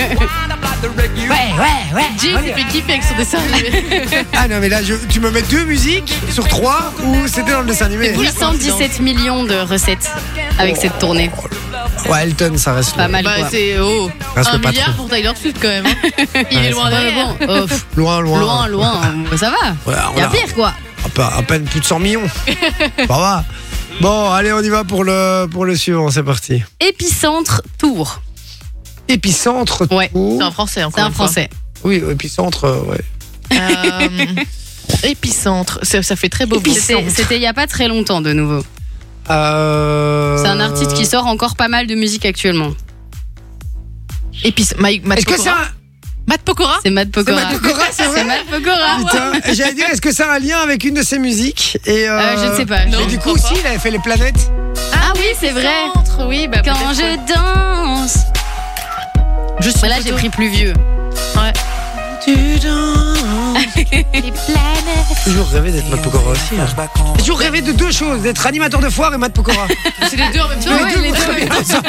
Ouais, ouais, ouais. Jay s'est fait kiffer avec son dessin animé. Ah non, mais là, je- tu me mets deux musiques sur trois où c'était dans le dessin animé. huit cent dix-sept millions de recettes avec cette tournée. Ouais, Elton, ça reste. Pas mal Bah, quoi. c'est oh, Reste un le patron. milliard pour Tyler Swift quand même. hein. Il est loin Ouais, derrière. bon, oh, pff, Loin, loin. loin, loin, ça va. Ouais, on Il y a a- pire quoi. à pe- à peine plus de cent millions. Ça va. Bon, allez, on y va pour le, pour le suivant, c'est parti. Épicentre Tour. Épicentre. Ouais, Tour. C'est un français encore. C'est un une fois. français. Oui, épicentre, euh, ouais. Euh, épicentre. Ça, ça fait très beau. C'était c'était il y a pas très longtemps de nouveau. Euh... C'est un artiste qui sort encore pas mal de musique actuellement. Épice. Mike- Matt Est-ce que Pokora. ça. Matt Pokora. C'est Matt C'est Pokora. Matt Pokora, c'est vrai. C'est Matt Pokora. Putain, j'allais dire, est-ce que ça a un lien avec une de ses musiques et euh... Euh, je ne sais pas. Non. Et du je coup crois aussi, il avait fait les planètes. Ah oui, c'est vrai. Épicentre, oui, bah, Quand peut-être, ouais. je danse. Juste Bah là, une j'ai photo. pris plus vieux. Ouais. Tu danses. Toujours rêvé d'être Matt Pokora aussi. hein. J'ai toujours rêvé de deux choses, d'être animateur de foire et Matt Pokora. C'est les deux en même temps. Ouais, deux les vont deux. très bien ensemble.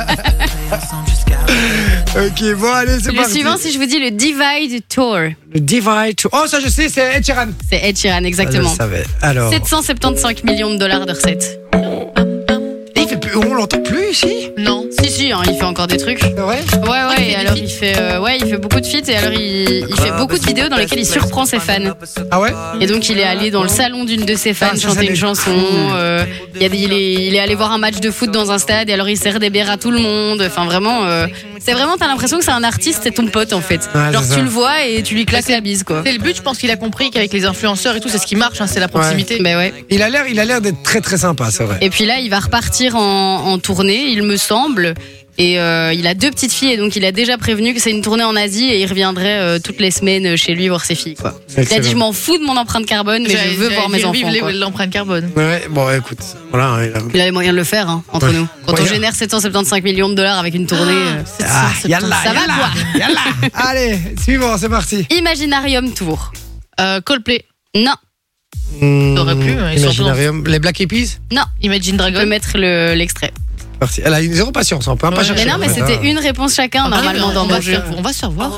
Ok, bon, allez, c'est Le parti. suivant, si je vous dis le Divide Tour. Le Divide Tour. Oh, ça, je sais, c'est Ed Sheeran. C'est Ed Sheeran, Ça, exactement. je le savais. Alors. sept cent soixante-quinze millions de dollars de recettes. Et il fait plus, on l'entend plus ici. Non. Si, si, hein, il fait encore des trucs. C'est vrai. Ouais, ouais, il fait et des alors feats. il fait, euh, ouais, il fait beaucoup de feats et alors il, il fait beaucoup de vidéos dans lesquelles il surprend ses fans. Ah ouais. Et donc il est allé dans le salon d'une de ses fans Ah, ça, ça chanter m'est une chanson. euh, il, y a des- il, est, il est allé voir un match de foot dans un stade et alors il sert des bières à tout le monde. Enfin vraiment, euh, c'est vraiment, t'as l'impression que c'est un artiste, c'est ton pote en fait. Ouais, Genre c'est tu ça. le vois et tu lui claques la bise quoi. C'est le but, je pense qu'il a compris qu'avec les influenceurs et tout, c'est ce qui marche, hein, c'est la proximité. Ben ouais. Il a l'air, il a l'air d'être très très sympa, c'est vrai. Et puis là, il va repartir en, en tournée, il me semble. Et euh, il a deux petites filles et donc il a déjà prévenu que c'est une tournée en Asie et il reviendrait euh, toutes les semaines chez lui voir ses filles quoi. Il a dit Excellent. je m'en fous de mon empreinte carbone mais J'allais- je veux j'allais voir mes dire, enfants. vive les- quoi. l'empreinte carbone. Ouais, bon, écoute, voilà. hein, il a- Il a les moyens de le faire hein, entre Ouais. nous. Quand Moyen. on génère sept cent soixante-quinze millions de dollars avec une tournée. euh, Ah, yalla, Ça va, yalla, quoi yalla. Allez, suivant, c'est parti. Imaginarium Tour. Euh, Coldplay. Non, T'aurais pu, hein, ils sont Imaginarium. Les Black Eyed Peas. non. Imagine On peut Dragon. mettre le- l'extrait. Parti. Elle a une zéro patience, on peut même pas Ouais. chercher. mais non, mais en fait, c'était hein. une réponse chacun Ah, normalement on dans va mon se jeu. faire- On va se revoir.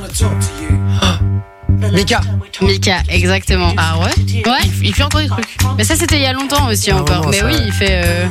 Mika. Mika, exactement. Ah ouais Ouais, Il fait encore des trucs. mais ça c'était il y a longtemps aussi Non, encore. non, mais ça- oui, il fait. euh,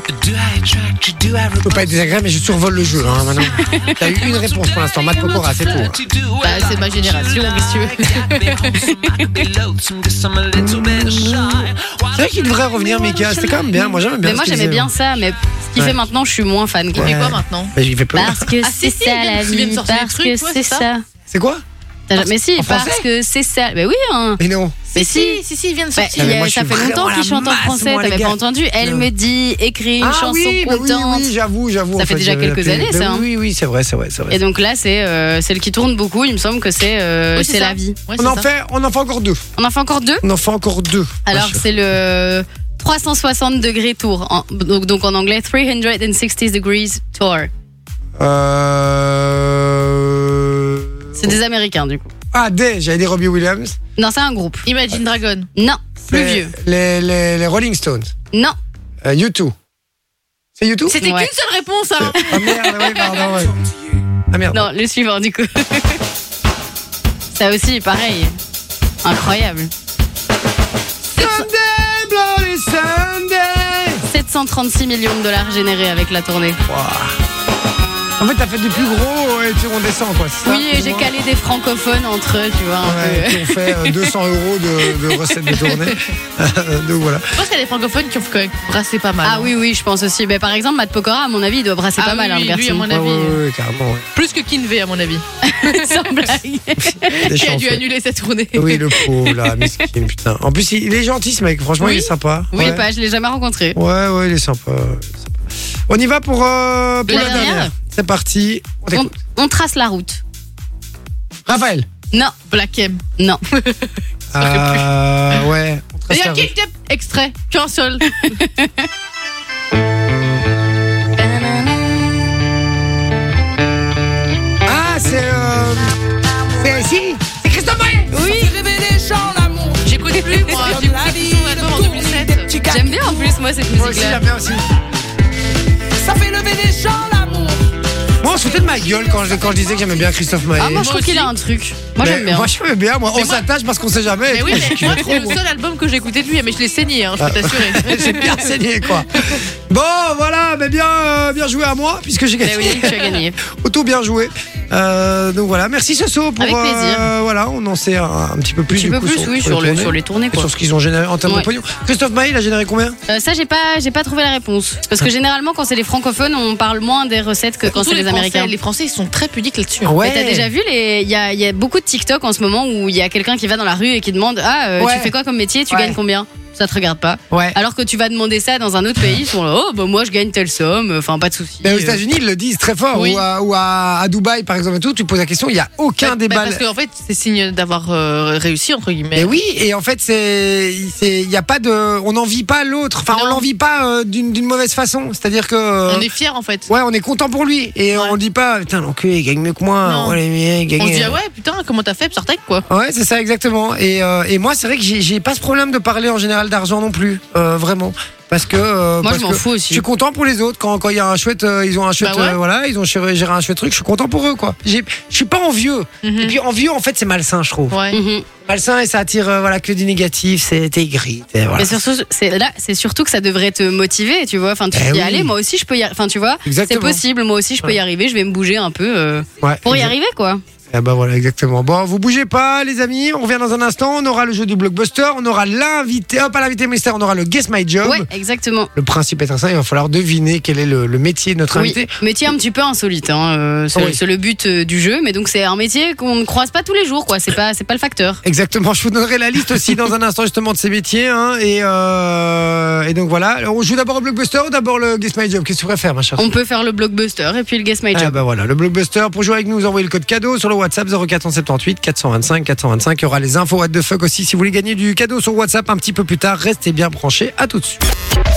Je peux pas être désagréable, mais je survole le jeu. Hein, maintenant. T'as eu une réponse pour l'instant, Matt Pokora, c'est tout. hein. Bah, c'est ma génération, qu'est-ce que tu veux. C'est vrai qu'il devrait revenir, Mika. C'était quand même bien. Moi, j'aimais bien. Mais moi ce qu'il j'aimais faisait. bien ça, mais ce qu'il Ouais. fait maintenant, je suis moins fan. Il Quoi. fait Ouais. quoi maintenant Mais il fait plus. Parce que Ah, c'est si, si, ça il vient- la il vient de vie, sortir des parce trucs, que ouais, c'est c'est ça. ça. C'est quoi? T'as- Mais si, En parce français que c'est ça. Mais oui, hein. Et non. Mais si, si. si, si, il vient de Bah, sortir. il y a- mais moi, je ça suis fait longtemps vraiment qu'il la chante en masse, français, moi, les t'avais gars. pas entendu. Elle Non. me dit, écris une Ah chanson oui, bah oui, contente. oui, oui, j'avoue, j'avoue. Ça en fait déjà j'avais quelques appelé. années, Mais ça, hein. Oui, oui, c'est vrai, c'est vrai, c'est vrai. Et donc là, c'est euh, celle qui tourne beaucoup. Il me semble que c'est euh, Oui, c'est ça. la vie. Ouais, On c'est en ça. fait, on en fait encore deux. On en fait encore deux. On en fait encore deux. Alors c'est le trois cent soixante degrés tour. En- donc, donc en anglais, three hundred sixty degrees tour. Euh... C'est des Américains du coup. Ah, des, j'allais dire Robbie Williams. Non, c'est un groupe. Imagine Dragon. Non, plus Les- vieux. Les, les, les Rolling Stones. Non. Euh, U deux. C'est U deux? C'était Ouais. qu'une seule réponse, hein. Ah merde, oui, pardon, ouais. Ah merde. Non, le suivant du coup. Ça aussi, pareil. Incroyable. Sunday, Bloody Sunday. sept cent trente-six millions de dollars générés avec la tournée. Ouah. En fait, t'as fait du plus gros et tu, on descend, quoi. c'est ça, Oui, plus et ou j'ai moins calé des francophones entre eux, tu vois. Un Ouais, peu. qui ont fait euh, deux cents euros de, de recettes de tournée. Donc voilà. Je pense qu'il y a des francophones qui ont quand même brassé pas mal. Ah hein. oui, oui, je pense aussi. Ben, par exemple, Matt Pokora, à mon avis, il doit brasser Ah pas mal, oui, hein, le lui, garçon. à mon Ouais, avis. ouais, ouais, carrément. Ouais. Plus que Kinvey, à mon avis. Sans blague. Des Qui a chances, dû ouais. annuler sa tournée. Oui, le pauvre, là, miskin, putain. En plus, il est gentil, ce mec. Franchement, Oui. il est sympa. Oui, ouais. pas, je l'ai jamais rencontré. Ouais, ouais, il est sympa. il est sympa. On y va pour, euh, pour La la dernière. dernière C'est parti. On On, t'écoute. on trace la route. Raphaël. Non, Black M. non. Euh, ouais. On trace Et la un route. kick extrait. Qu'un seul. Ah, c'est. Euh... C'est si. C'est Christophe Maé. Oui, J'écoute plus, moi. J'ai écouté tout son album en deux mille sept. j'aime bien en plus, moi, cette Moi aussi, musique-là. j'aime bien aussi. Ça fait lever les gens l'amour. Moi, on se foutait de ma gueule quand je, quand je disais que j'aimais bien Christophe Maé. Ah, moi, je trouve aussi. qu'il a un truc. Moi, Mais j'aime bien. Moi, j'aime bien. Moi, Mais on moi- s'attache parce qu'on sait jamais. Mais oui, Je mais kiffe moi, trop, c'est le moi. seul album que j'ai écouté de lui, mais je l'ai saigné, hein, je peux t'assurer. J'ai bien saigné, quoi. Bon, voilà, mais bien, euh, bien joué à moi, puisque j'ai Mais gagné. oui, tu as gagné. Auto bien joué. Euh, donc voilà, merci Soso pour. Avec plaisir. euh, voilà, on en sait un, un petit peu plus. Un petit du peu coup, plus, oui, sur, les le, tournées sur les tournées, et quoi. sur ce qu'ils ont généré en termes Ouais. de pognon. Christophe Maé, il a généré combien? Euh, ça, j'ai pas, j'ai pas trouvé la réponse. Parce que généralement, quand c'est les francophones, on parle moins des recettes que quand Surtout c'est les, Français. Américains. Les Français, ils sont très pudiques là-dessus. Ouais. Mais t'as déjà vu les. Il y a, il y a beaucoup de TikTok en ce moment où il y a quelqu'un qui va dans la rue et qui demande Ah, euh, Ouais. tu fais quoi comme métier? Tu Ouais. gagnes combien? Ça te regarde pas. Ouais. Alors que tu vas demander ça dans un autre pays, ils sont là, oh, bah moi je gagne telle somme, enfin pas de souci. Mais aux Euh, États-Unis, ils le disent très fort. Oui. Ou, à, ou à, à Dubaï, par exemple, et tout, tu poses la question, il n'y a aucun Bah, débat. Parce qu'en fait, c'est signe d'avoir euh, réussi, entre guillemets. Mais oui, et en fait, c'est, c'est, il y a pas de, on n'envie pas l'autre. Enfin, on Non. l'envie pas euh, d'une, d'une mauvaise façon. C'est-à-dire que. euh, On est fiers, en fait. Ouais, on est content pour lui. Et Ouais. on dit pas, putain, l'enculé, il gagne mieux que moi. Non. Ouais, mais il gagne. On se dit, ah ouais, putain, comment t'as fait, Psartec, quoi. Ouais, c'est ça, exactement. Et, euh, et moi, c'est vrai que j'ai, j'ai pas ce problème de parler en général d'argent non plus. Euh, vraiment. Parce que. euh, Moi parce je m'en que fous Je aussi. suis content pour les autres quand quand il y a un chouette, euh, ils ont un chouette, Bah ouais. euh, voilà, ils ont géré, géré un chouette truc. Je suis content pour eux, quoi. J'ai, je suis pas envieux. Mhm. Et puis envieux, en fait, c'est malsain, je trouve. Ouais. Mhm. Malsain et ça attire, euh, voilà, que du négatif. C'est t'es aigri. t'es- voilà. Mais surtout, c'est là, c'est surtout que ça devrait te motiver, tu vois. Enfin, tu Eh te dis, oui. allez, moi aussi je peux y, arri- enfin, tu vois, c'est Exactement. possible. Moi aussi je peux y Ouais. arriver. Je vais me bouger un peu euh, Ouais, pour y exact- arriver, quoi. Eh ben voilà, exactement. Bon, vous bougez pas, les amis. On revient dans un instant. On aura le jeu du blockbuster. On aura l'invité, oh, pas l'invité mystère. On aura le Guess My Job. Ouais, exactement. Le principe est très simple. Il va falloir deviner quel est le, le métier de notre Oui, invité. métier un petit peu insolite, hein, euh, c'est Oui. c'est le but euh, du jeu, mais donc c'est un métier qu'on ne croise pas tous les jours, quoi. C'est pas, c'est pas le facteur. Exactement. Je vous donnerai la liste aussi dans un instant justement de ces métiers. Hein, et, euh, et donc voilà. Alors, on joue d'abord au blockbuster ou d'abord le Guess My Job? Qu'est-ce que tu préfères, ma chère? On peut faire le blockbuster et puis le guess my Ah job. bah voilà, le blockbuster. Pour jouer avec nous, vous envoyez le code cadeau sur le WhatsApp zéro quatre cent soixante-dix-huit quatre cent vingt-cinq quatre cent vingt-cinq. Il y aura les infos what the fuck aussi. Si vous voulez gagner du cadeau sur WhatsApp un petit peu plus tard, restez bien branchés. À tout de suite.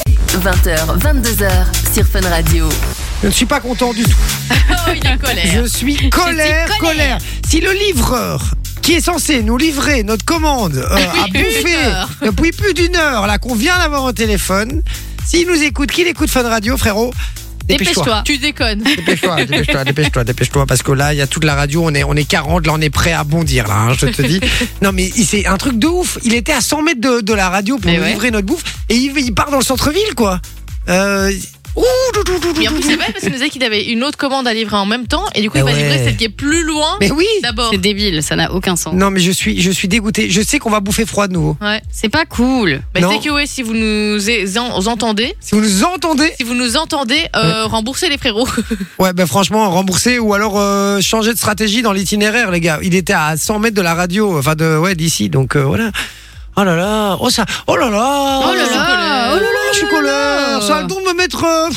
vingt heures, vingt-deux heures sur Fun Radio. Je ne suis pas content du tout. Oh, il est colère. Je suis colère, suis colère. colère. Si le livreur qui est censé nous livrer notre commande euh, à une bouffer heure. depuis plus d'une heure, là qu'on vient d'avoir au téléphone, s'il nous écoute, qu'il écoute Fun Radio, frérot, dépêche-toi. Dépêche-toi. Tu déconnes. Dépêche-toi, dépêche-toi, dépêche-toi, dépêche-toi, parce que là, il y a toute la radio, on est, on est quarante, là, on est prêt à bondir, là, hein, je te dis. Non, mais il- c'est un truc de ouf. Il était à cent mètres de, de la radio pour Mais nous ouais. livrer notre bouffe, et il, il part dans le centre-ville, quoi. Euh... ouh, dou, dou, dou, dou, Et en plus, dou. c'est vrai parce qu'il nous disait qu'il avait une autre commande à livrer en même temps, et du coup, Eh il va ouais. livrer celle qui est plus loin Mais oui. d'abord. C'est débile, ça n'a aucun sens. Non, mais je suis, je suis dégoûté. Je sais qu'on va bouffer froid de nouveau. Ouais. C'est pas cool. Mais Non. Takeaway, si vous nous é- en- entendez, Si vous nous entendez, si vous nous entendez, euh, remboursez les frérots. ouais, ben franchement, rembourser ou alors euh, changer de stratégie dans l'itinéraire, les gars. Il était à cent mètres de la radio, enfin de, ouais, d'ici, donc euh, voilà. Oh là là, oh ça, oh là là, Oh là là, oh là là, je suis oh là là. colère. Ça a le don de me mettre. euh,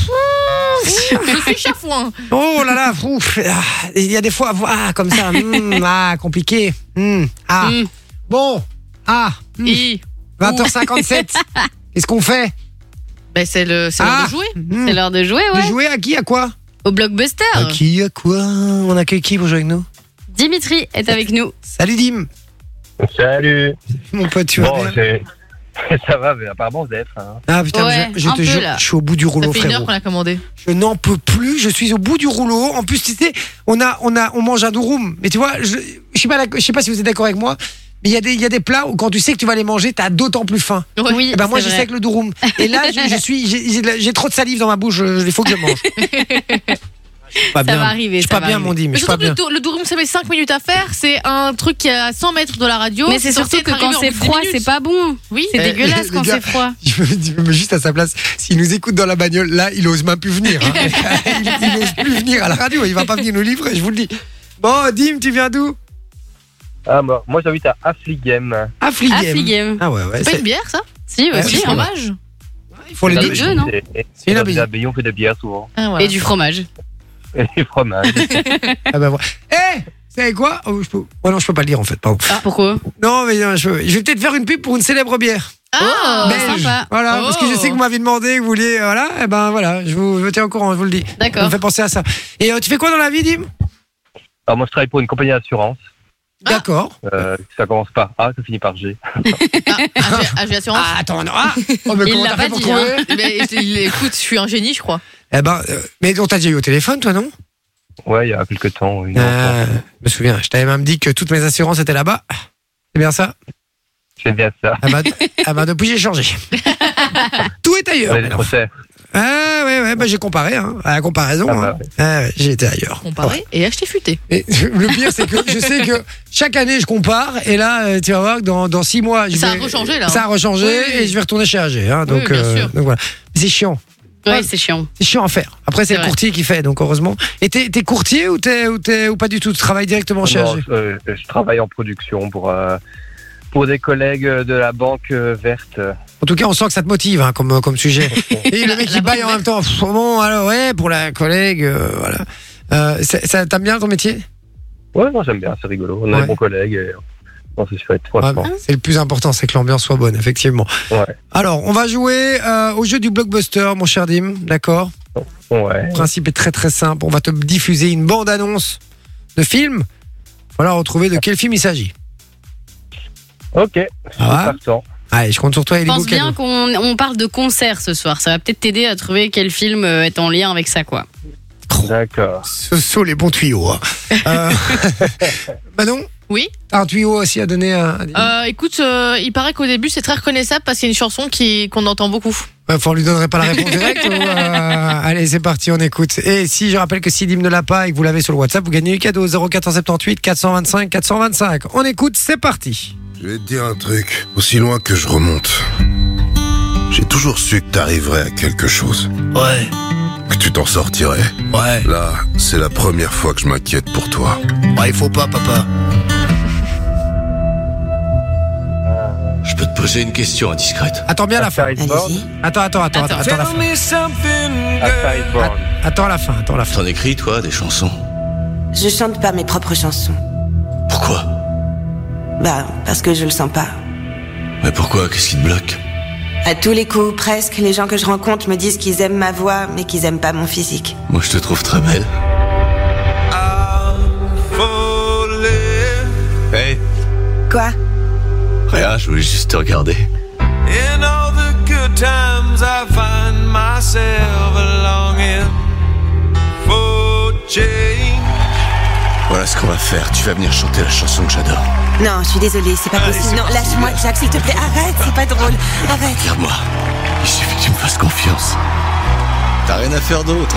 Je suis chafouin. oh là là, ouf, ah, il y a des fois, ah, comme ça, hmm, ah, compliqué. hmm, ah, Mm. bon, ah, hmm, Et vingt heures cinquante-sept. Qu'est-ce qu'on fait? ben, c'est le, c'est Ah. l'heure de jouer. Hmm, C'est l'heure de jouer, de ouais. jouer à qui, à quoi? Au blockbuster. À qui, à quoi? On accueille qui pour jouer avec nous? Dimitri est avec nous. Salut Dim, Salut. mon pote, tu vas Bon, bien? c'est- ça va, mais apparemment vous êtes. Hein. Ah putain, Ouais, je, je un te peu, jure, là. je suis au bout du Ça rouleau, fait une heure frérot. qu'on l'a commandé. Je n'en peux plus, je suis au bout du rouleau. En plus, tu sais, on a, on a, on mange un durum. Mais tu vois, je, je sais pas, je sais pas si vous êtes d'accord avec moi, mais il y a des, il y a des plats où quand tu sais que tu vas les manger, t'as d'autant plus faim. Ouais. Oui, Eh ben moi, c'est je sais vrai. avec le durum. Et là, je, je suis, j'ai- j'ai j'ai trop de salive dans ma bouche. je- Il faut que je mange. Pas Ça bien. va arriver, Je suis ça pas va bien, arriver. mon dit, mais Mais je suis pas surtout que le, bien. tour- le Doom, ça met cinq minutes à faire. C'est un truc qui est à cent mètres de la radio. Mais c'est censé surtout être que quand arrivé en c'est plus de dix froid, minutes. c'est pas bon. Oui. C'est Eh, dégueulasse les quand gars, c'est froid. Je me, je me mets juste à sa place. S'il nous écoute dans la bagnole, là, il ose même plus venir. Hein. il, il ose plus venir à la radio. Il va pas venir nous livrer, je vous le dis. Bon, Dim, tu viens d'où? Ah, moi, moi j'habite à Affligem. Affligem. Affligem. Ah ouais, ouais. C'est pas c'est- une bière, ça? Si, Ouais, aussi. c'est hein. Fromage. Il faut les Les deux. deux, non Et- C'est une Dans abbaye. les abbayes, on fait des bières souvent. Ah, voilà. Et du fromage. Et du fromage. Ah bah voilà. Eh, vous savez quoi? Oh, je peux... oh non, je peux pas le dire en fait, pardon. Pourquoi? Non, mais non, je, peux- je vais peut-être faire une pub pour une célèbre bière. Ah, belge. sympa. Voilà, Oh. parce que je sais que vous m'avez demandé, que vous vouliez, euh, voilà, et ben voilà, je vous, je vous tiens au courant, je vous le dis. Ça D'accord. me fait penser à ça. Et euh, tu fais quoi dans la vie, Dim? Alors, moi, je travaille pour une compagnie d'assurance. Ah. D'accord. Euh, ça commence par A, ça finit par G. Ah, A G A G Assurance. Ah, attends, non. Ah, oh, mais Il comment l'a t'as pas fait pour dit, trouver hein. Mais, il- écoute, je suis un génie, je crois. Eh ben, euh, mais on t'a déjà eu au téléphone, toi, non? Ouais, il y a quelques temps. Oui, non, Euh, je me souviens, je t'avais même dit que toutes mes assurances étaient là-bas. C'est bien ça? C'est bien ça. Ah bah, ah bah depuis, j'ai changé. Tout est ailleurs. On est maintenant. trop cher. Ah ouais, ouais, bah j'ai comparé, hein. À la comparaison, Ah bah, hein. ouais. Ah ouais, j'ai été ailleurs. Comparer et acheter futé. Et le pire, c'est que je sais que chaque année, je compare, et là, euh, tu vas voir que dans, dans six mois, je Ça a vais- rechangé, là, Ça a hein. rechangé, Oui, oui. et je vais retourner chez A G. Hein, donc, Oui, bien sûr. donc voilà. C'est chiant. Ouais, c'est chiant. C'est chiant à faire. Après, c'est C'est le vrai. courtier qui fait, donc heureusement. Et t'es, t'es courtier ou, t'es, ou, t'es, ou pas du tout? Tu travailles directement chez A Non, G? je, euh, je travaille en production pour, euh, pour des collègues de la banque euh, verte. En tout cas, on sent que ça te motive hein, comme, comme sujet. Et le mec, La il baille en banque même temps. Pff, bon, alors, ouais, pour la collègue, euh, voilà. Euh, c'est- ça, t'aimes bien ton métier? Ouais, non, j'aime bien, c'est rigolo. On a Ouais. des bons collègues et non, c'est chouette, Ouais, franchement. c'est le plus important, c'est que l'ambiance soit bonne, effectivement. Ouais. Alors, on va jouer euh, au jeu du blockbuster, mon cher Dim, d'accord? Ouais. Le principe est très très simple. On va te diffuser une bande-annonce de film. Il va falloir retrouver de quel film il s'agit. Ok, je suis Ah ouais partant. Allez, je compte sur toi, Je Ellie pense bien Bocano. qu'on on parle de concert ce soir. Ça va peut-être t'aider à trouver quel film euh, est en lien avec ça, quoi. D'accord. Ce sont les bons tuyaux. Hein. Euh, Manon, Oui. t'as un tuyau aussi à donner à, à Dim? Euh, écoute, euh, il paraît qu'au début, c'est très reconnaissable parce qu'il y a une chanson qui, qu'on entend beaucoup. Ouais, faut, on lui donnerait pas la réponse directe ou, euh, Allez, c'est parti, on écoute. Et si je rappelle que si Dim ne l'a pas et que vous l'avez sur le WhatsApp, vous gagnez le cadeau zéro quatre cent soixante-dix-huit quatre cent vingt-cinq quatre cent vingt-cinq. On écoute, c'est parti. Je vais te dire un truc, aussi loin que je remonte. J'ai toujours su que t'arriverais à quelque chose, Ouais, que tu t'en sortirais. ouais, Là, c'est la première fois que je m'inquiète pour toi. ouais, il faut pas, papa. Je peux te poser une question indiscrète. Attends bien la fin. Star is Born. Attends, attends, attends, attends, attends la fin. A Star is Born. Attends la fin, attends la fin. T'en écris, toi, des chansons? Je chante pas mes propres chansons. Pourquoi? Bah, parce que je le sens pas. Mais pourquoi? Qu'est-ce qui te bloque? À tous les coups, presque, les gens que je rencontre me disent qu'ils aiment ma voix, mais qu'ils aiment pas mon physique. Moi, je te trouve très belle. Hey, Quoi? rien, je voulais juste te regarder. In all the good times I find myself longing for change. Voilà ce qu'on va faire. Tu vas venir chanter la chanson que j'adore. Non, je suis désolée, c'est pas Allez, possible. c'est Non, possible. lâche-moi, Jack, s'il te plaît. Arrête, c'est pas drôle. Arrête. Regarde-moi. Il suffit que tu me fasses confiance. T'as rien à faire d'autre.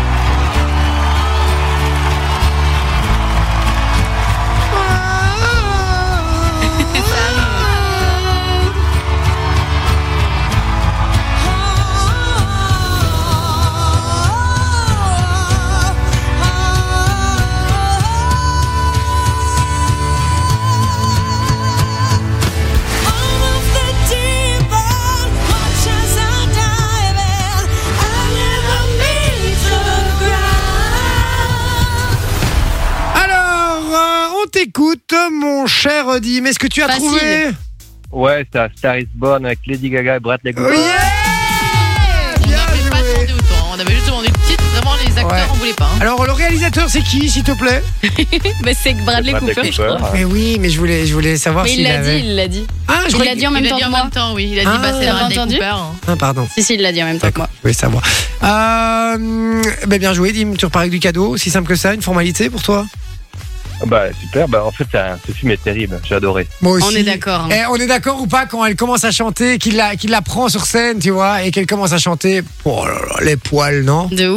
Alors, euh, on t'écoute, mon cher Dim. Est-ce que tu as Facile. trouvé? Ouais, c'est A Star is Born avec Lady Gaga et Bradley Cooper. Oui. On Bien n'avait pas joué. demandé autant. On avait juste demandé le titre. Vraiment, les acteurs, Ouais. on voulait pas. hein. Alors, le réalisateur, c'est qui, s'il te plaît? Mais c'est que Bradley Bradley Cooper, je Cooper. crois. Mais oui, mais je voulais, je voulais savoir Mais s'il il l'a avait... dit, il l'a dit. Ah, je Il croyais l'a que- dit en même il a temps dit que en moi. même temps, oui. Il a dit, Ah, bah, c'est t'as Bradley entendu Cooper. hein. Ah, pardon. Si, si, il l'a dit en même temps que D'accord, moi. je voulais savoir. Euh, ben bien joué, Dim. Tu repars avec du cadeau. Aussi simple que ça, une formalité pour toi? Bah super, bah en fait c'est un- ce film est terrible, j'ai adoré. Moi aussi. On est d'accord. hein. Eh, on est d'accord ou pas quand elle commence à chanter, qu'il la, qu'il la prend sur scène, tu vois, et qu'elle commence à chanter. Oh là là, les poils, non? De ouf.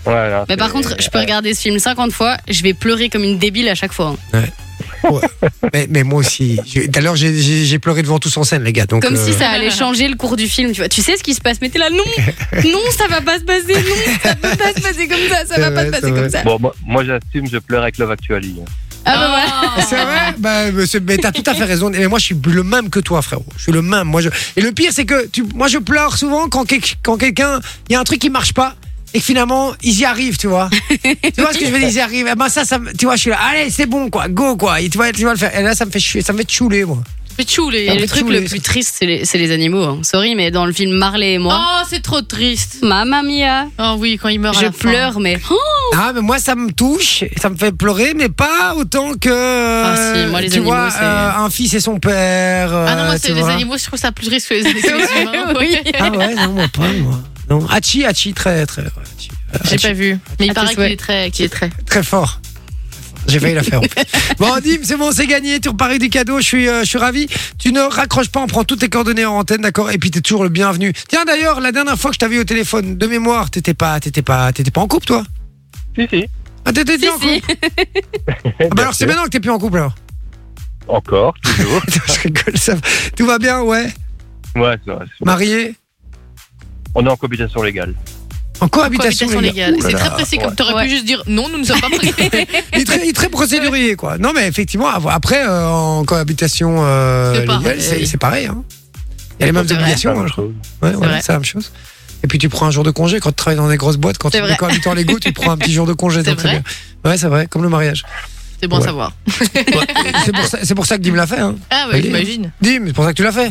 Voilà. Mais par c'est- contre, je peux regarder ce film cinquante fois, je vais pleurer comme une débile à chaque fois. hein. Ouais, mais, mais moi aussi. J'ai- D'ailleurs, j'ai- j'ai j'ai pleuré devant tous en scène, les gars. Donc, Comme euh, si ça allait changer le cours du film, tu vois. Tu sais ce qui se passe, mais t'es là, non, non, ça va pas se passer, non, ça peut pas se passer comme ça, ça C'est va vrai, pas se passer c'est comme vrai. ça. Bon, moi, moi, j'assume, je pleure avec Love Actually. Ah bah voilà. C'est vrai bah, mais c'est- Mais t'as tout à fait raison. Mais moi, je suis le même que toi, frérot. Je suis le même. Moi, je... Et le pire, c'est que tu... moi, je pleure souvent quand, quel- quand quelqu'un. Il y a un truc qui marche pas. Et que finalement, ils y arrivent, tu vois. Tu vois ce que je veux dire, ils y arrivent. Eh ben ça, ça, me- tu vois, je suis là, allez, c'est bon, quoi, go, quoi. Et tu vois, tu vas le faire. Et là, ça me fait chier, ça me fait chouler, moi. Mais tchou, les. Et Ah, le mais truc tous le les- plus triste, c'est les, c'est les animaux. hein. Sorry, mais dans le film Marley et moi, Oh, c'est trop triste. Mamma Mia, Oh oui, quand il meurt à je la fin. pleure, mais oh, Ah, mais moi, ça me touche, ça me fait pleurer, mais pas autant que. Ah, si, euh, moi, les tu animaux, vois, c'est- euh, un fils et son père. Ah non, moi, euh, c'est tu les vois. animaux, je trouve ça plus triste que les, que les humains. oui. Ah ouais, non, moi pas, moi. Non, Hachi, Hachi, très, très. ouais, Hachi. Euh, J'ai Hachi, pas vu. Mais il Ah, paraît tes qu'il souhaits. est très, qu'il est très. Très fort. J'ai failli la faire. Bon, Dim, c'est bon, c'est gagné. Tu repars avec du cadeau. Je suis, euh, je suis ravi. Tu ne raccroches pas. On prend toutes tes coordonnées en antenne, d'accord. Et puis t'es toujours le bienvenu. Tiens, d'ailleurs, la dernière fois que je t'avais eu au téléphone, de mémoire, t'étais pas, t'étais pas, t'étais pas en couple, toi. Si, si. Ah, t'étais Si, en si. couple. Ah, bah alors c'est maintenant que t'es plus en couple alors. Encore, toujours. Je rigole. Ça... va. Tout va bien, ouais. Ouais, c'est vrai. c'est- Marié. On est en cohabitation légale. En cohabitation, Cohabitation légale. Ouh là C'est là. très précis, comme t'aurais Ouais. pu juste dire non, nous ne sommes pas mariés. Il est très, il est très procédurier, quoi. Non, mais effectivement, après, euh, en cohabitation euh, C'est pareil. légale, c'est c'est pareil. Hein. Il y a les mêmes C'est vrai. obligations, C'est la hein, même je crois. chose. Ouais, ouais, vrai. c'est la même chose. Et puis tu prends un jour de congé quand tu travailles dans des grosses boîtes, quand tu C'est es vrai. cohabitant légaux, tu prends un petit jour de congé. C'est donc c'est vrai. bien. Ouais, c'est vrai, comme le mariage. C'est bon à Ouais. savoir. C'est pour, ça- c'est pour ça que Dim l'a fait. Hein. Ah Allez. ouais, j'imagine. Dim, c'est pour ça que tu l'as fait.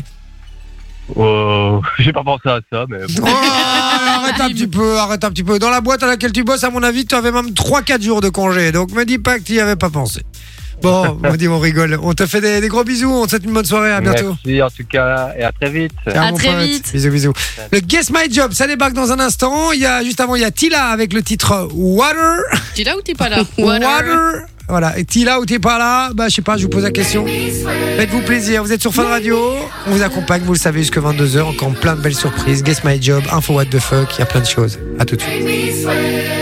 Oh, j'ai pas pensé à ça, mais bon. Oh, arrête un petit peu, arrête un petit peu. Dans la boîte à laquelle tu bosses, à mon avis, tu avais même trois quatre jours de congé. Donc me dis pas que tu n'y avais pas pensé. Bon, on dit on rigole. On te fait des, des gros bisous, on te souhaite une bonne soirée, à bientôt. Merci en tout cas et à très vite. Ciao, À mon très pote. vite. Bisous, bisous. Le Guess My Job, ça débarque dans un instant. Il y a, juste avant, il y a Tila avec le titre Water. Tu es là ou t'es pas là? Water. Voilà. Et Tila ou t'es pas là? Bah, je sais pas, je vous pose la question. Faites-vous plaisir. Vous êtes sur Fun Radio. On vous accompagne, vous le savez, jusqu'à vingt-deux heures. Encore plein de belles surprises. Guess My Job, info what the fuck. Il y a plein de choses. À tout de suite.